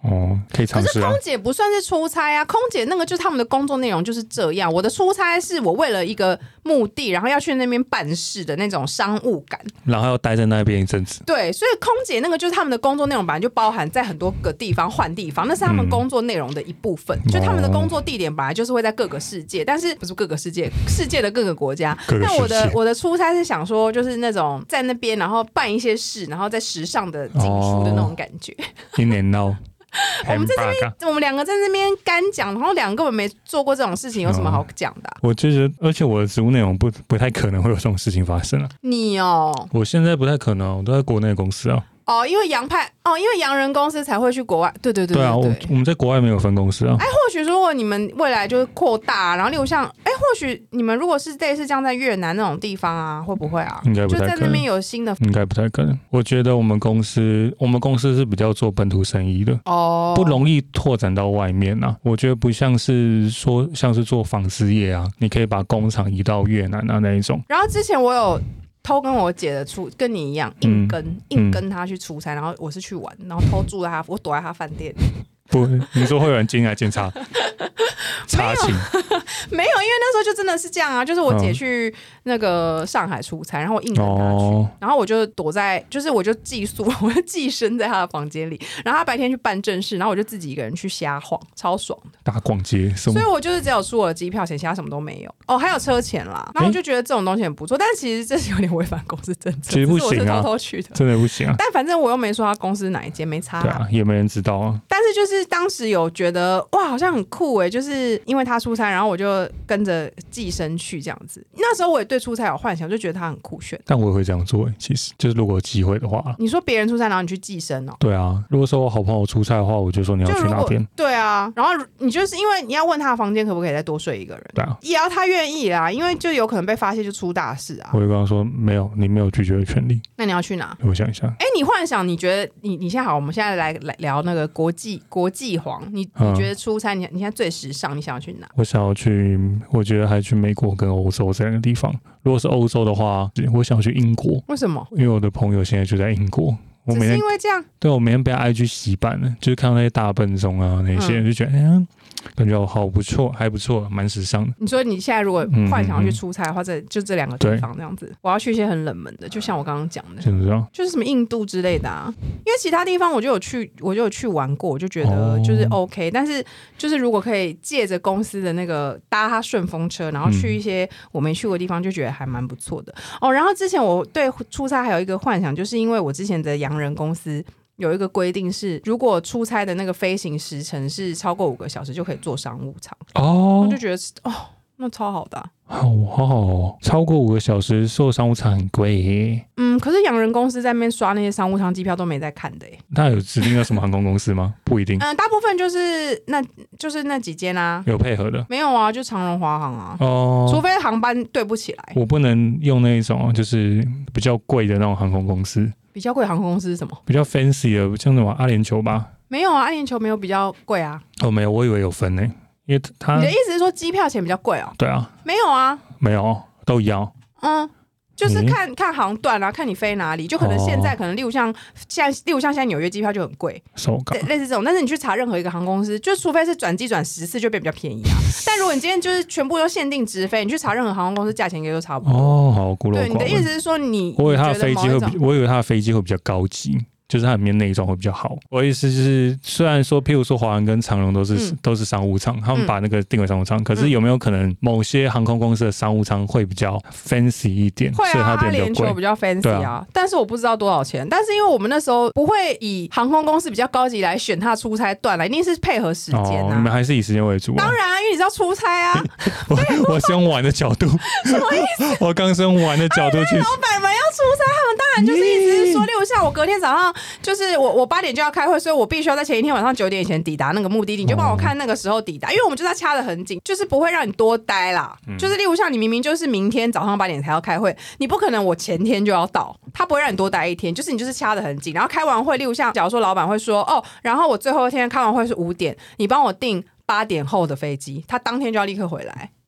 哦，可以尝试啊。 可是空姐不算是出差啊，空姐那个就是他们的工作内容就是这样。我的出差是我为了一个目的，然后要去那边办事的那种商务感， 然后要待在那边一阵子。 对，所以空姐那个就是他们的工作内容本来就包含在很多个地方换地方，那是他们工作内容的一部分。嗯、就他们的工作地点本来就是会在各个世界，但是不是各个世界，世界的各个国家。那我的我的出差是想说，就是那种在那边然后办一些事，然后在时尚的进出的那种感觉。 一年闹。 我们在这边，我们两个在这边干讲，然后两个根本没做过这种事情，有什么好讲的、啊哦？我就觉得，而且我的职务内容不不太可能会有这种事情发生啊。 你哦， 我现在不太可能，我都在国内的公司啊。 哦，因为洋派哦，因为洋人公司才会去国外，对对对 对, 对啊，我我们在国外没有分公司啊。 哎，或许如果你们未来就是扩大，然后例如像，哎，或许你们如果是类似这样在越南那种地方啊，会不会啊？ 应该不太可能。 就在那边有新的， 应该不太可能。我觉得我们公司，我们公司是比较做本土生意的，哦，不容易拓展到外面啊。我觉得不像是说像是做纺织业啊，你可以把工厂移到越南啊那一种。 然后之前我有。偷跟我姐的出跟你一样硬跟、嗯、硬跟她去出差，然后我是去玩，然后偷住在她，我躲在她饭店。 不，你说会有人进来检查？查寝没有，因为那时候就真的是这样啊，就是我姐去那个上海出差，然后我硬跟她去、哦，然后我就躲在，就是我就寄宿，我就寄生在她的房间里，然后她白天去办正事，然后我就自己一个人去瞎晃，超爽的。 大逛街，所以我就是只有出我的机票钱，其他什么都没有。哦，还有车钱啦，然后我就觉得这种东西很不错，但是其实这是有点违反公司政策， 其实不行啊， 我是偷偷去的， 真的不行啊。 但反正我又没说他公司哪一间，没差、啊， 对啊，也没人知道啊。 但是就是当时有觉得哇，好像很酷哎、欸，就是因为他出差，然后我就跟着寄生去这样子。那时候我也对出差有幻想，就觉得他很酷炫。 但我也会这样做、欸，其实就是如果有机会的话。 你说别人出差，然后你去寄生哦、喔？ 对啊，如果说我好朋友出差的话，我就说你要去哪边？ 对啊，然后你就是因为你要问他的房间可不可以再多睡一个人， 对啊， 也要他愿意啦，因为就有可能被发现就出大事啊。 我就跟他说没有，你没有拒绝的权利。 那你要去哪？ 我想一下。 哎、欸，你幻想，你觉得你你现在好，我们现在来来聊那个国际国际皇，你你觉得出差，你你现在最时尚，你想要去哪？ 我想要去，我觉得还去美国跟欧洲这两个地方。如果是欧洲的话，我想要去英国。 为什么？ 因为我的朋友现在就在英国。我每天只是因为这样？ 对，我每天被 I G 洗版了，就是看到那些大笨钟啊那些，嗯、就觉得哎呀。感觉好不错，还不错，蛮时尚的。 你说你现在如果幻想要去出差的话，这、嗯、就这两个地方这样子。我要去一些很冷门的，就像我刚刚讲的， 是不是啊？ 就是什么印度之类的啊。因为其他地方我就有去，我就有去玩过，我就觉得就是 OK、哦。但是就是如果可以借着公司的那个搭他顺风车，然后去一些我没去过的地方，就觉得还蛮不错的、嗯、哦。然后之前我对出差还有一个幻想，就是因为我之前的洋人公司。有一个规定是，如果出差的那个飞行时程是超过五个小时，就可以坐商务舱。哦，我就觉得哦，那超好的、啊。 好好好，超过五个小时坐商务舱很贵耶。 嗯，可是洋人公司在那边刷那些商务舱机票都没在看的耶。 那有指定要什么航空公司吗？不一定。 嗯，大部分就是那就是那几间啊。 有配合的？ 没有啊，就长荣、华航啊。哦，除非航班对不起来。 我不能用那种就是比较贵的那种航空公司。 比较贵的航空公司是什么？ 比较 fancy 的，像什么阿联酋吧？ 没有啊，阿联酋没有比较贵啊。 哦，没有，我以为有分呢、欸，因为他。 你的意思是说机票钱比较贵哦？ 对啊。没有啊。没有，都一样。 嗯。就是看、嗯、看航段啊，看你飞哪里，就可能现在、哦、可能例如像现在例如像现在纽约机票就很贵，类似这种。但是你去查任何一个航空公司，就除非是转机转十次就变比较便宜啊。但如果你今天就是全部都限定直飞，你去查任何航空公司，价钱应该都差不多。 哦，好，孤陋寡闻。 对，你的意思是说你， 我以为他的飞机会比，我以为他的飞机会比较高级。就是它里面内装会比较好。我的意思就是，虽然说，譬如说华航跟长荣都是、嗯、都是商务舱，他们把那个定为商务舱、嗯，可是有没有可能某些航空公司的商务舱会比较 fancy 一点？ 会啊，阿联酋比较 fancy 啊, 啊，但是我不知道多少钱。但是因为我们那时候不会以航空公司比较高级来选它出差段来，一定是配合时间啊。 哦、你们还是以时间为主、啊？ 当然啊，因为你知道出差啊。 我, 我是用玩的角度， 什么意思？ 我刚是用玩的角度去。 老板们要出差，他们当然就是意思是说，例如像我隔天早上就是我。我八点就要开会，所以我必须要在前一天晚上九点以前抵达那个目的地。你就帮我看那个时候抵达，因为我们就是要掐得很紧，就是不会让你多待啦。嗯、就是例如像你明明就是明天早上八点才要开会，你不可能我前天就要到，他不会让你多待一天，就是你就是掐得很紧。然后开完会，例如像假如说老板会说哦，然后我最后一天开完会是五点，你帮我订八点后的飞机，他当天就要立刻回来。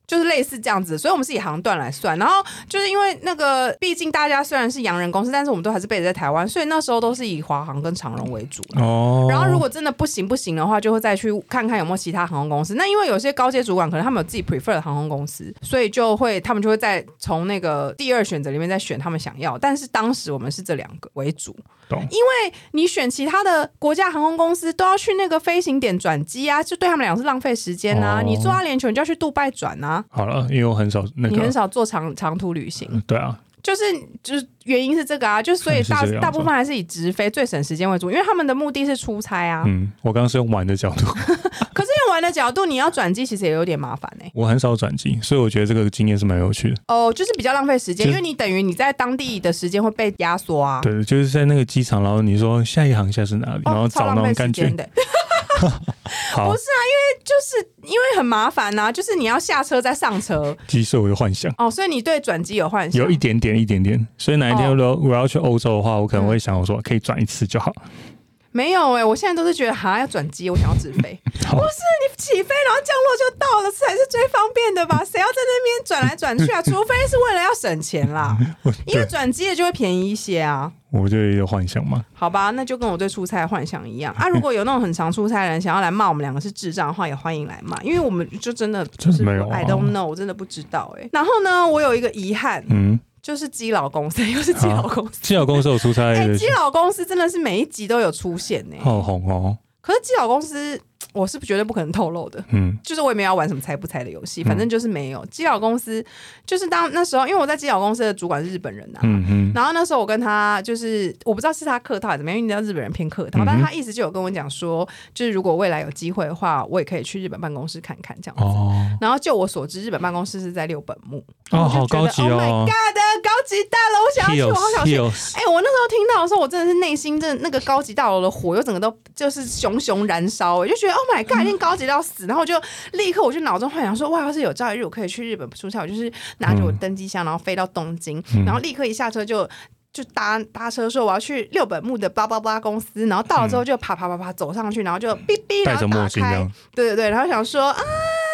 就是类似这样子，所以我们是以航段来算。然后就是因为那个，毕竟大家虽然是洋人公司，但是我们都还是背着在台湾，所以那时候都是以华航跟长荣为主。哦。然后如果真的不行不行的话，就会再去看看有没有其他航空公司。那因为有些高阶主管可能他们有自己 prefer 的航空公司，所以就会他们就会再从那个第二选择里面再选他们想要。但是当时我们是这两个为主。因为你选其他的国家航空公司都要去那个飞行点转机啊，就对他们俩是浪费时间啊。哦、你坐阿联酋，你就要去杜拜转啊。 好了，因为我很少那个， 你很少做长长途旅行。 嗯、对啊， 就是就是原因是这个啊，就所以大大部分还是以直飞最省时间为主，因为他们的目的是出差啊。 嗯，我刚刚是用玩的角度， 可是用玩的角度，你要转机其实也有点麻烦哎、欸。 我很少转机，所以我觉得这个经验是蛮有趣的。 哦，就是比较浪费时间，因为你等于你在当地的时间会被压缩啊。 对，就是在那个机场，然后你说下一航下是哪里，哦、然后找那种感觉。 不是啊，因为就是因为很麻烦呐、啊，就是你要下车再上车。 机是我的幻想哦，所以你对转机有幻想？ 有一点点，一点点。所以哪一天如果我要去欧洲的话，我可能会想我说可以转一次就好。 没有哎、欸，我现在都是觉得哈要转机，我想要直飞。不是你起飞然后降落就到了，这才是最方便的吧？谁要在那边转来转去啊？除非是为了要省钱啦，因为转机的就会便宜一些啊。 我就有幻想嘛。 好吧，那就跟我对出差的幻想一样啊。如果有那种很常出差的人想要来骂我们两个是智障的话，也欢迎来骂，因为我们就真的就是没有、啊、 I don't know， 我真的不知道哎、欸。然后呢，我有一个遗憾，嗯。就是基佬公司，又是基佬公司。 基佬公司有出差的。 哎、欸，基佬公司真的是每一集都有出现呢、欸， 好红哦。 可是基佬公司，我是绝对不可能透露的。嗯，就是我也没有要玩什么猜不猜的游戏，反正就是没有。基佬公司就是当那时候，因为我在基佬公司的主管是日本人啊，嗯嗯，然后那时候我跟他就是我不知道是他客套还是怎么样，因为你知道日本人偏客套，嗯、但是他一直就有跟我讲说，就是如果未来有机会的话，我也可以去日本办公室看看这样子。哦、然后就我所知，日本办公室是在六本木。 哦，好高级哦 ！Oh my god， 高级大楼，我想要去，我好想去。哎、欸，我那时候听到的时候，我真的是内心真的那个高级大楼的火，又整个都就是熊熊燃烧，我就觉得 Oh my god， 一定高级到死。然后我就立刻我就脑中幻想说，哇，要是有朝一日我可以去日本出差，我就是拿着我的登机箱，然后飞到东京，嗯、然后立刻一下车就。就搭搭车说我要去六本木的巴拉巴拉公司，然后到了之后就啪啪啪啪走上去，然后就哔哔，然后打开，对对对，然后想说啊。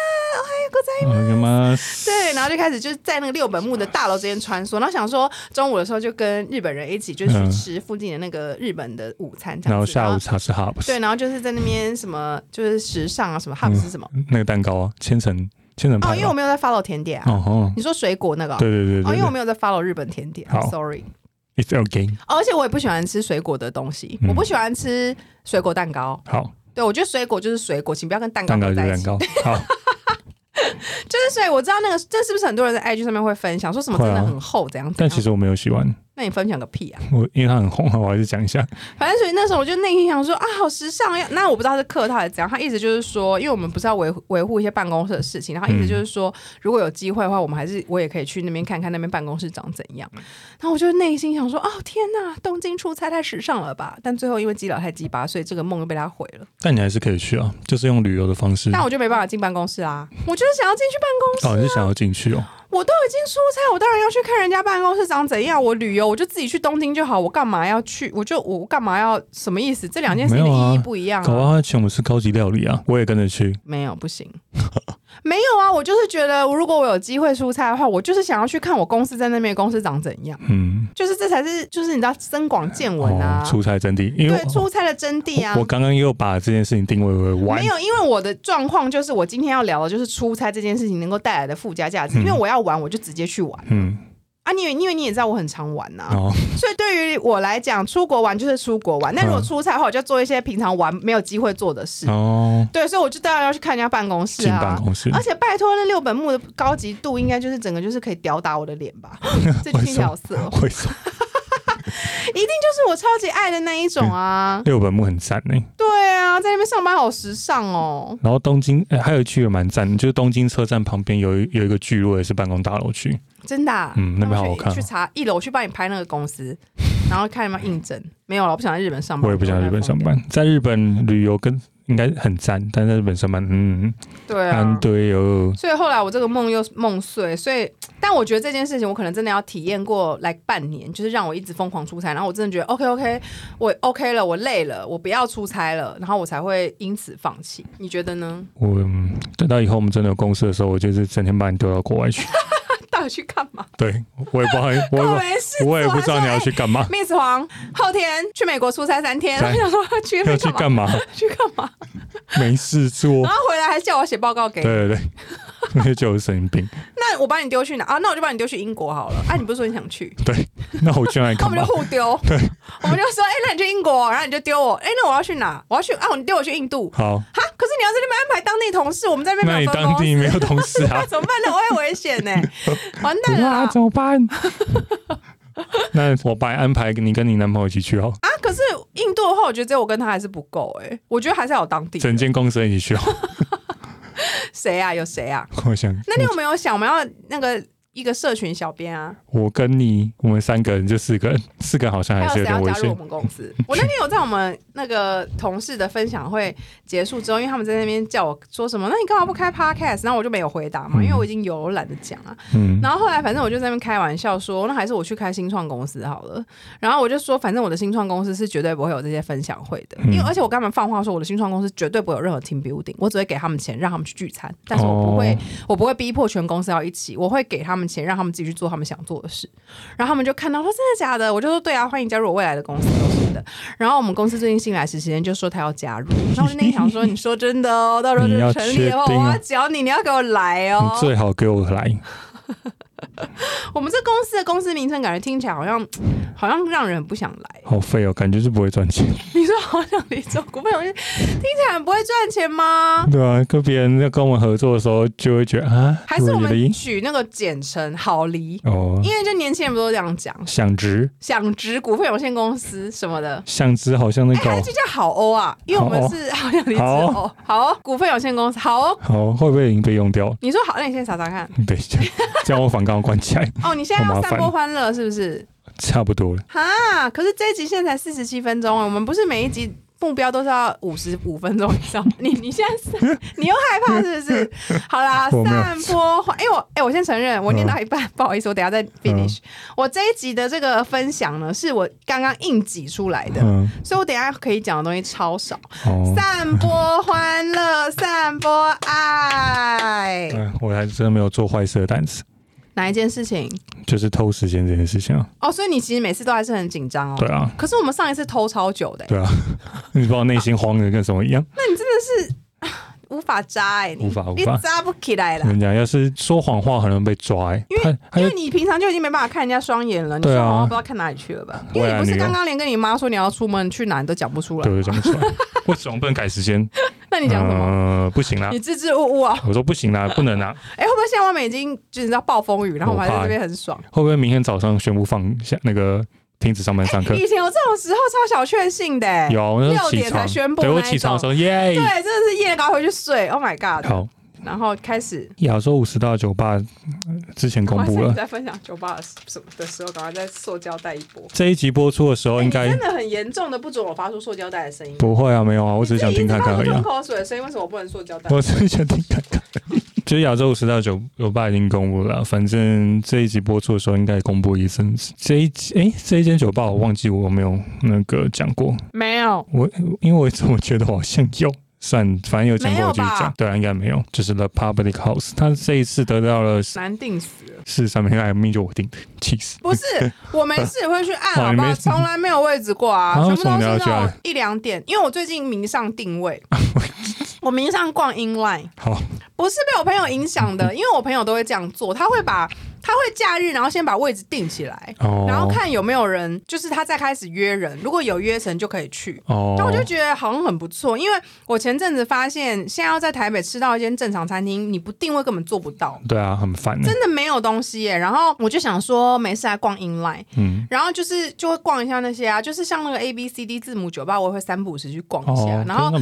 对，然后就开始就是在那个六本木的大楼之间穿梭，然后想说中午的时候就跟日本人一起就去吃附近的那个日本的午餐， 然后下午茶吃 Hubs， 对，然后就是在那边什么就是时尚啊什么 Hubs 是什么、 嗯、那个蛋糕啊，千层千层派哦，因为我没有在 follow 甜点啊，哦、你说水果那个、哦， 对对 对, 对, 对， 哦，因为我没有在 follow 日本甜点 ，sorry。It's okay， 而且我也不喜欢吃水果的东西，嗯、我不喜欢吃水果蛋糕。 好， 对我觉得水果就是水果，请不要跟蛋糕混在一起。 蛋糕就是蛋糕。好， 就是所以我知道那个，这是不是很多人在 I G 上面会分享说什么真的很厚这样子、啊？ 但其实我没有喜欢。 那你分享个屁啊！ 我因为它很红啊，我还是讲一下。 反正所以那时候我就内心想说啊，好时尚呀！那我不知道是客套还是怎样，他意思就是说，因为我们不是要维维护一些办公室的事情，然后意思就是说，嗯、如果有机会的话，我们还是我也可以去那边看看那边办公室长怎样。然后我就内心想说，哦天哪，东京出差太时尚了吧！但最后因为基佬太鸡巴，所以这个梦又被他毁了。 但你还是可以去啊，就是用旅游的方式。 但我就没办法进办公室啊，我就是想要进去办公室、啊。 哦，你是想要进去哦？ 我都已经出差，我当然要去看人家办公室长怎样。我旅游，我就自己去东京就好。我干嘛要去？我就我干嘛要？什么意思？这两件事情的意义不一样啊。 搞不好他请我们吃高级料理啊，我也跟着去。 没有，不行。没有啊，我就是觉得，如果我有机会出差的话，我就是想要去看我公司在那边的公司长怎样。嗯，就是这才是，就是你知道增广见闻啊、 哦，出差真谛。因为对出差的真谛啊。 我刚刚又把这件事情定位为玩。 没有，因为我的状况就是，我今天要聊的就是出差这件事情能够带来的附加价值。嗯、因为我要玩，我就直接去玩。嗯。啊你，因为你也知道我很常玩呐、啊哦，所以对于我来讲，出国玩就是出国玩。但如果出差的话，我就做一些平常玩没有机会做的事。哦，对，所以我就当然要去看人家办公室啊， 进办公室。 而且拜托，那六本木的高级度，应该就是整个就是可以吊打我的脸吧？这就听起来好色、哦。 为什么？ 一定就是我超级爱的那一种啊！ 六本木很赞呢、欸。 对啊，在那边上班好时尚哦。 然后东京、欸、还有一区也蛮赞，就是东京车站旁边有有一个聚落，也是办公大楼区。 真的、啊？ 嗯，那边好好看。 去查一楼，我去帮你拍那个公司，然后看有没有应征。没有了，我不想在日本上班。 我也不想在日本上班，在日本旅游跟应该很赞，但在日本上班，嗯， 对啊， 对哦。 所以后来我这个梦又梦碎，所以但我觉得这件事情我可能真的要体验过来半年，就是让我一直疯狂出差，然后我真的觉得 OK OK， 我 OK 了，我累了，我不要出差了，然后我才会因此放弃。你觉得呢？ 我、嗯、等到以后我们真的有公司的时候，我就是整天把你丢到国外去。 到底去干嘛？ 对，我也不知道，我也我也不知道你要去干嘛。 Miss 黄后天去美国出差三天，我想说去要去干嘛？ 去干嘛？ 没事做， 然后回来还叫我写报告给你。 对对对。那就就是神经病。 那我把你丢去哪啊？那我就把你丢去英国好了。啊，你不是说你想去？ 对，那我去哪里干嘛？ 我们就互丢。 对， 我们就说，哎、欸，那你去英国，然后你就丢我。哎、欸，那我要去哪？我要去啊，你丢我去印度。 好。 哈，可是你要在那边安排当地同事，我们在那边没有分公司。 那你当地没有同事啊？ 怎么办呢？我会危险呢、欸，完蛋了啦， 怎么办？那我把你安排你跟你男朋友一起去好啊。可是印度的话，我觉得只有我跟他还是不够哎、欸，我觉得还是要有当地整间公司一起去好。 谁啊？有谁啊？ 我想， 那你有没有想我们要那个一个社群小编啊？ 我跟你，我们三个人就四个人，四个人好像还是有点危险。 还有谁要加入我们公司？我那天有在我们那个同事的分享会结束之后，因为他们在那边叫我说什么，那你干嘛不开 podcast？ 然后我就没有回答嘛，因为我已经有，我懒得讲啊。嗯、然后后来反正我就在那边开玩笑说，那还是我去开新创公司好了。然后我就说，反正我的新创公司是绝对不会有这些分享会的，因为而且我跟他们放话说，我的新创公司绝对不会有任何 team building， 我只会给他们钱让他们去聚餐，但是我不会，哦、我不会逼迫全公司要一起，我会给他们钱让他们自己去做他们想做的事。然后他们就看到说真的假的，我就说对啊，欢迎加入我未来的公司都是的。然后我们公司最近新来实习生就说他要加入，然后我就那天想说你说真的哦，到时候就成立的话，我要找你，你要给我来哦， 你最好给我来。 我们这公司的公司名称感觉听起来好像好像让人不想来， 好废哦，感觉是不会赚钱。 你说好想离职股份有限，听起来很不会赚钱吗？ 对啊，跟别人在跟我们合作的时候就会觉得啊， 还是我们取那个简称好离哦，因为就年轻人不都这样讲， 想值想值股份有限公司什么的， 想值好像那个、 欸、就叫好欧啊，因为我们是好想离职哦，好哦，股份有限公司好哦， 好会不会已经被用掉？ 你说好，那你先查查看， 对，这样我反刚关起来。 哦，你现在要散播欢乐是不是？ 差不多了。 哈，可是这一集现在才四十七分钟，我们不是每一集目标都是要五十五分钟以上。你你现在是你又害怕是不是？好啦，散播欢，因为我哎、欸，我先承认我念到一半，嗯、不好意思，我等一下再 finish、嗯。我这一集的这个分享呢，是我刚刚硬挤出来的，嗯、所以我等一下可以讲的东西超少。哦、散播欢乐，散播爱。 嗯，我还真的没有做坏事的胆子。 哪一件事情？ 就是偷时间这件事情啊。 哦，所以你其实每次都还是很紧张哦。 对啊。 可是我们上一次偷超久的、欸。 对啊。你不知道内心慌的跟什么一样。 那你真的是无法扎哎、欸， 无法无法， 你扎不起来了。 我跟你讲，要是说谎话很容易被抓哎、欸， 因为因为你平常就已经没办法看人家双眼了，你说谎话不知道看哪里去了吧？因为你不是刚刚连跟你妈说你要出门去哪你都讲不出来， 对，讲不出来。为什么不能改时间？ 那你讲什么？ 呃，不行啦！ 你支支吾吾啊！ 我说不行啦，不能啊！ 哎、欸，会不会现在外面已经就是要暴风雨，然后我们还在这边很爽？ 会不会明天早上宣布放下那个停止上班上课？ 欸、以前有这种时候超小确幸的、欸， 有六点才宣布那一种， 对，我起床的时候耶， 对，真的是夜赶快回去睡。Oh my god！ 好。 然后开始亚洲五十大酒吧之前公布了， 在分享酒吧什么的时候，赶快在塑胶袋一波。 这一集播出的时候，应该、欸、 真的很严重的不准我发出塑胶袋的声音。 不会啊，没有啊，我只是想听看看而已、啊。 吞口水的声音，为什么我不能塑胶袋？ 我只是想听看看。就是亚洲五十大酒酒吧已经公布了，反正这一集播出的时候应该公布一阵子。这一集哎、欸，这一间酒吧我忘记我有没有那个讲过， 没有。 我因为我怎么觉得我好像有。算，反正有讲过我就讲，对啊，应该没有，就是 The Public House， 他这一次得到了难定死了， 是上面那明明就我定的，气死！ 不是，我没事也会去按，好不好？从来没有位置过啊，全部都是那种一两点，因为我最近迷上定位，我迷上逛 inline， 好， 不是被我朋友影响的，因为我朋友都会这样做，他会把。他会假日，然后先把位置定起来，哦、然后看有没有人，就是他再开始约人，如果有约成就可以去。哦，然后我就觉得好像很不错，因为我前阵子发现，现在要在台北吃到一间正常餐厅，你不定位根本做不到。 对啊，很烦， 真的没有东西耶。然后我就想说，没事来逛 inline， 嗯，然后就是就会逛一下那些啊，就是像那个 A B C D 字母酒吧，我也会三不五时去逛一下。哦、然后那比较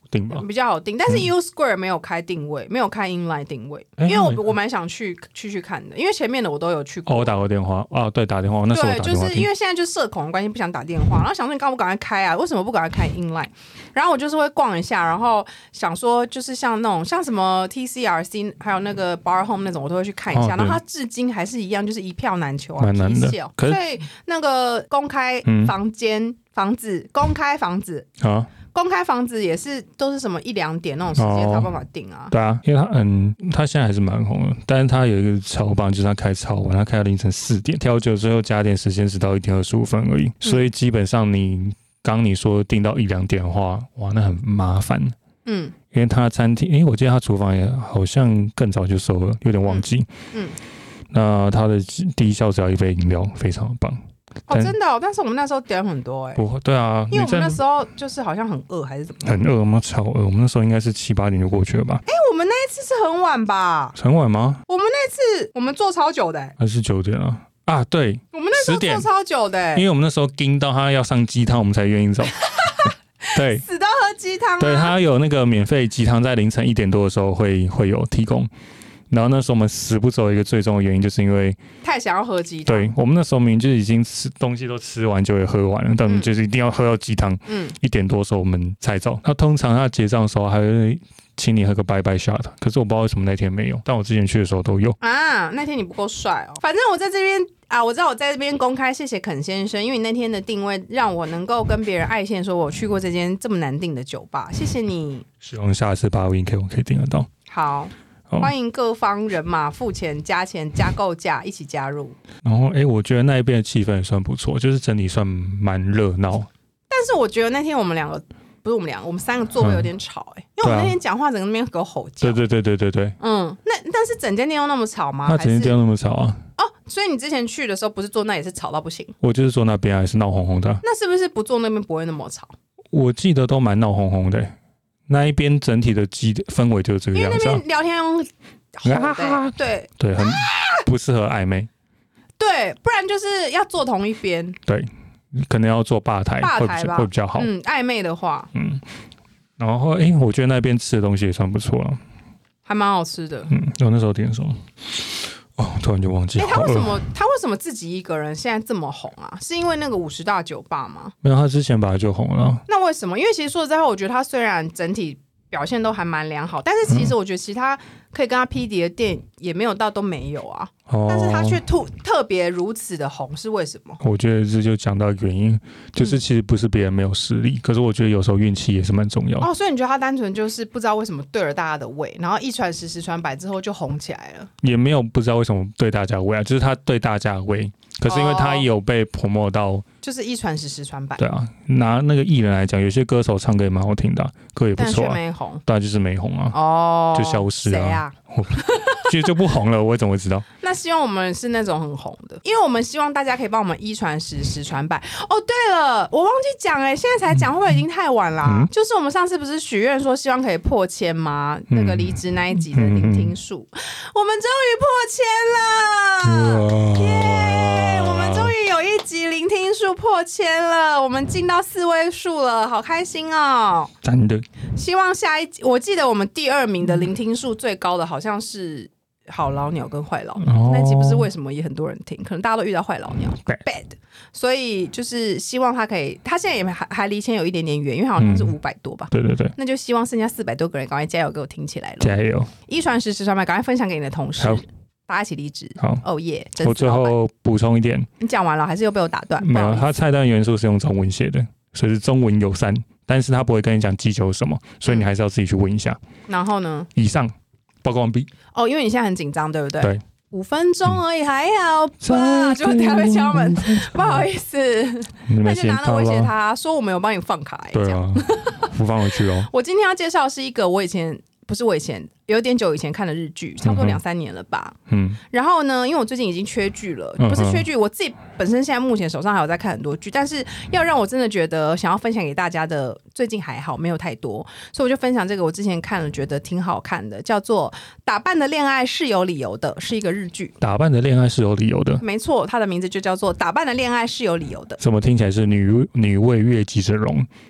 定吧， 比较好定。但是 U Square 没有开定位，没有开 inline 定位，因为我我蛮想去去去看的，因为前面的我都有去过。 哦，我打过电话啊，对，打电话，那时候我打电话。 对，就是因为现在就社恐的关系，不想打电话，然后想说你刚不赶快开啊？为什么不赶快开 inline？ 然后我就是会逛一下，然后想说就是像那种像什么 T C R C 还有那个 Bar Home 那种，我都会去看一下。哦、然后它至今还是一样，就是一票难求啊， 蛮难的。 所以那个公开房间、嗯、房子、公开房子啊。公开房子也是都是什么一两点那种时间才有办法订啊、哦？ 对啊，因为他嗯，他现在还是蛮红的，但是他有一个超棒，就是他开超晚，他开到凌晨四点，调酒之后加点时间只到一点二十五分而已，嗯、所以基本上你刚你说订到一两点的话，哇，那很麻烦。嗯，因为他餐厅，哎，我记得他厨房也好像更早就收了，有点忘记。嗯，嗯那他的低消只要一杯饮料，非常棒。 哦，真的、哦，但是我们那时候点很多哎、欸， 不会，对啊， 因为我们那时候就是好像很饿还是怎么样， 很饿吗？超饿，我们那时候应该是七八点就过去了吧？ 哎、欸，我们那一次是很晚吧？ 很晚吗？ 我们那次我们做超久的、欸， 还是九点啊？啊，对， 我们那时候做超久的、欸， 因为我们那时候盯到他要上鸡汤，我们才愿意走。对， 死都喝鸡汤、啊。 对，他有那个免费鸡汤，在凌晨一点多的时候会会有提供。然后那时候我们死不走，一个最重的原因就是因为太想要喝鸡汤。 对，我们那时候明明就已经吃东西都吃完，就会喝完了，但我们就是一定要喝到鸡汤。嗯，一点多的时候我们才走。那通常他结账的时候还会请你喝个拜拜 shot， 可是我不知道为什么那天没有，但我之前去的时候都有啊。那天你不够帅哦。反正我在这边啊，我知道我在这边公开谢谢肯先生，因为你那天的定位让我能够跟别人爱线说我去过这间这么难订的酒吧，谢谢你。 希望下次八 win 可以我可以订得到。 好。欢迎各方人马付钱加钱加购价一起加入。 然后，哎，我觉得那一边的气氛也算不错，就是整体算蛮热闹。 但是我觉得那天我们两个不是我们两个，我们三个座位有点吵、欸，哎、嗯，因为我们那天讲话整个那边给我吼叫。 对对对对对对。 嗯，那但是整间店又那么吵吗？ 那整间店又那么吵啊？ 哦，所以你之前去的时候不是坐那也是吵到不行？ 我就是坐那边还是闹哄哄的。 那是不是不坐那边不会那么吵？ 我记得都蛮闹哄哄的、欸，那一边整体的气氛围就是这个样子、啊。 因为那边聊天用。啊、对对，很不适合暧昧。 对，不然就是要坐同一边。 对，可能要坐吧台， 吧台吧会比较好。 嗯，暧昧的话，嗯。 然后，哎、欸，我觉得那边吃的东西也算不错了， 还蛮好吃的。 嗯，我那时候点什么？哦，突然就忘记。 哎、欸，他为什么他为什么自己一个人现在这么红啊？是因为那个五十大酒吧吗？ 没有，他之前本来就红了。 那为什么？因为其实说实在话，我觉得他虽然整体表现都还蛮良好，但是其实我觉得其他可以跟他匹敌的店也没有到都没有啊。哦、但是他却特特别如此的红，是为什么？ 我觉得这就讲到原因，就是其实不是别人没有实力、嗯，可是我觉得有时候运气也是蛮重要的。 哦，所以你觉得他单纯就是不知道为什么对了大家的胃，然后一传十，十传百之后就红起来了？ 也没有不知道为什么对大家的胃啊，就是他对大家的胃。可是因为他有被 promote 到、哦， 就是一传十，十传百。 对啊，拿那个艺人来讲，有些歌手唱歌也蛮好听的、啊，歌也不错、啊， 但却没红。 对啊，就是没红啊，哦，就消失啊。 谁啊？ 其实就不红了，我怎么会知道？ 那希望我们是那种很红的，因为我们希望大家可以帮我们一传十，十传百。哦，对了，我忘记讲哎、欸，现在才讲会不会已经太晚啦、啊嗯？就是我们上次不是许愿说希望可以破千吗？嗯、那个离职那一集的聆听数、嗯，我们终于破千了！耶、yeah, 我们终于有一集聆听数破千了，我们进到四位数了，好开心哦！ 真的。 希望下一集，我记得我们第二名的聆听数最高的好像是好老鸟跟坏老鸟、哦、那集不是为什么也很多人听，可能大家都遇到坏老鸟 bad， 所以就是希望他可以，他现在也还还离千有一点点远，因为好像是五百多吧、 嗯、对对对， 那就希望剩下四百多个人赶快加油给我听起来了， 加油！一传十，十传百，赶快分享给你的同事，大家一起离职。 好， 哦耶！ 我最后补充一点， 你讲完了还是又被我打断？ 没有，他菜单元素是用中文写的，所以是中文友善，但是他不会跟你讲基酒是什么，所以你还是要自己去问一下。嗯、 然后呢？ 以上报告完毕。 哦，因为你现在很紧张，对不对？ 对。 五分钟而已，还好吧？就等下被敲门，不好意思。那就拿了威胁他说我们有帮你放卡、欸， 对啊，不放回去哦。 我今天要介绍是一个我以前不是我以前有点久以前看的日剧，差不多两三年了吧。嗯。然后呢，因为我最近已经缺剧了，不是缺剧，我自己本身现在目前手上还有在看很多剧，但是要让我真的觉得想要分享给大家的，最近还好，没有太多，所以我就分享这个我之前看了觉得挺好看的，叫做《打扮的恋爱是有理由的》，是一个日剧。 打扮的恋爱是有理由的， 没错，它的名字就叫做《打扮的恋爱是有理由的》。 怎么听起来是女女为悦己者容？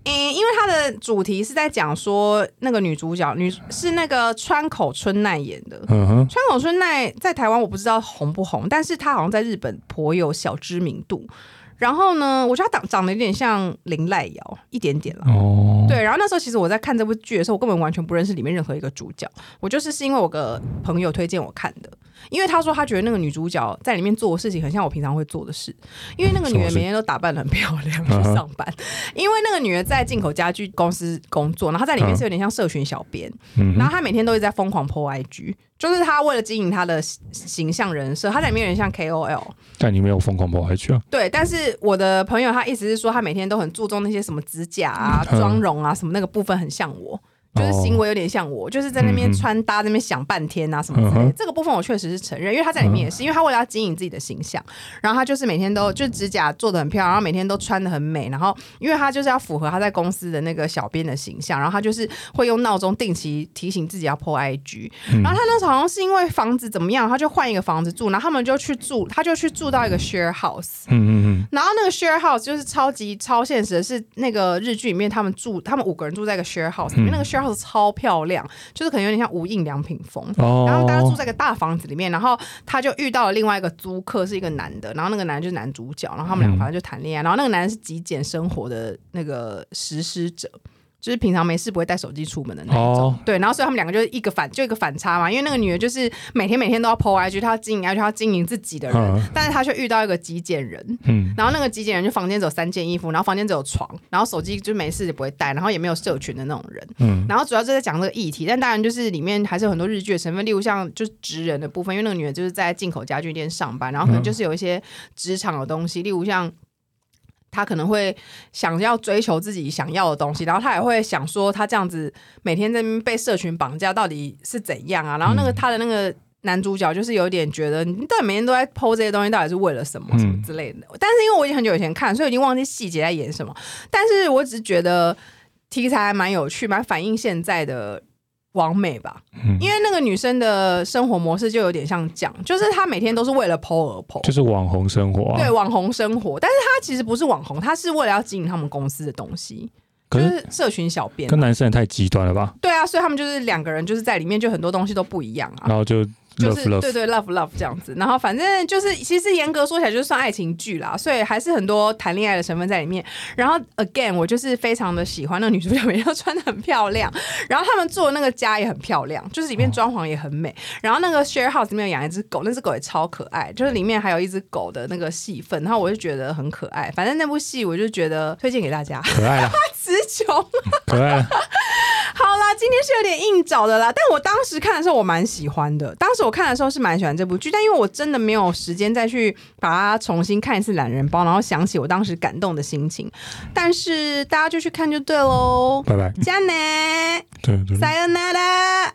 嗯，因为它的主题是在讲说那个女主角女是那个川口春奈演的。嗯哼，川口春奈在台湾我不知道红不红，但是她好像在日本颇有小知名度。然后呢，我觉得她长长得有点像林濑遥一点点啦。哦，对。然后那时候其实我在看这部剧的时候，我根本完全不认识里面任何一个主角，我就是是因为我个朋友推荐我看的。因为他说他觉得那个女主角在里面做的事情很像我平常会做的事，因为那个女人每天都打扮得很漂亮去上班，因为那个女人在进口家具公司工作，然后她在里面是有点像社群小编，然后她每天都会在疯狂 po I G， 就是她为了经营她的形象人设，她在里面有点像 K O L， 但你没有疯狂 po I G 啊？ 对，但是我的朋友他意思是说他每天都很注重那些什么指甲啊、妆容啊什么那个部分很像我。就是行为有点像我，就是在那边穿搭那边想半天啊什么之类的、嗯、这个部分我确实是承认，因为他在里面也是，因为他为了要经营自己的形象，然后他就是每天都就指甲做得很漂亮，然后每天都穿得很美，然后因为他就是要符合他在公司的那个小编的形象，然后他就是会用闹钟定期提醒自己要 po I G、嗯、然后他那时候好像是因为房子怎么样，他就换一个房子住，然后他们就去住，他就去住到一个 share house， 嗯嗯嗯，然后那个 share house 就是超级超现实的，是那个日剧里面他们住，他们五个人住在一个 share house 里面、嗯、那个 share house 超漂亮，就是可能有点像无印良品风、哦、然后大家住在一个大房子里面，然后他就遇到了另外一个租客是一个男的，然后那个男的就是男主角，然后他们俩反正就谈恋爱、嗯、然后那个男的是极简生活的那个实施者，就是平常没事不会带手机出门的那一种、哦、对，然后所以他们两个就是一个反就一个反差嘛，因为那个女的就是每天每天都要 po I G， 她要经营 I G， 她要经营自己的人、嗯、但是她却遇到一个极简人、嗯、然后那个极简人就房间只有三件衣服，然后房间只有床，然后手机就没事也不会带，然后也没有社群的那种人、嗯、然后主要就在讲这个议题，但当然就是里面还是有很多日剧的成分，例如像就是职人的部分，因为那个女的就是在进口家具店上班，然后可能就是有一些职场的东西，例如像他可能会想要追求自己想要的东西，然后他也会想说他这样子每天在那边被社群绑架到底是怎样啊，然后那个他的那个男主角就是有点觉得你到底每天都在 po 这些东西到底是为了什么什么之类的、嗯、但是因为我已经很久以前看，所以已经忘记细节在演什么，但是我只是觉得题材还蛮有趣，蛮反映现在的网美吧、嗯、因为那个女生的生活模式就有点像这样，就是她每天都是为了 po 而 po， 就是网红生活、啊、 对，网红生活，但是她其实不是网红，她是为了要经营他们公司的东西，就是社群小编、啊、 跟男生也太极端了吧？ 对啊，所以他们就是两个人就是在里面就很多东西都不一样啊， 然后就就是 love, love 对对 love love 这样子，然后反正就是其实严格说起来就是算爱情剧啦，所以还是很多谈恋爱的成分在里面。然后 again 我就是非常的喜欢那个女主角每天都穿得很漂亮，然后他们住的那个家也很漂亮，就是里面装潢也很美、哦、然后那个 share house 里面有养一只狗，那只狗也超可爱，就是里面还有一只狗的那个戏份，然后我就觉得很可爱，反正那部戏我就觉得推荐给大家， 可爱啦词穷可爱啦好啦，今天是有点硬找的啦，但我当时看的时候我蛮喜欢的，当时我看的时候是蛮喜欢这部剧，但因为我真的没有时间再去把它重新看一次懒人包，然后想起我当时感动的心情，但是大家就去看就对咯， 拜拜， 加内， 对对， さよなら。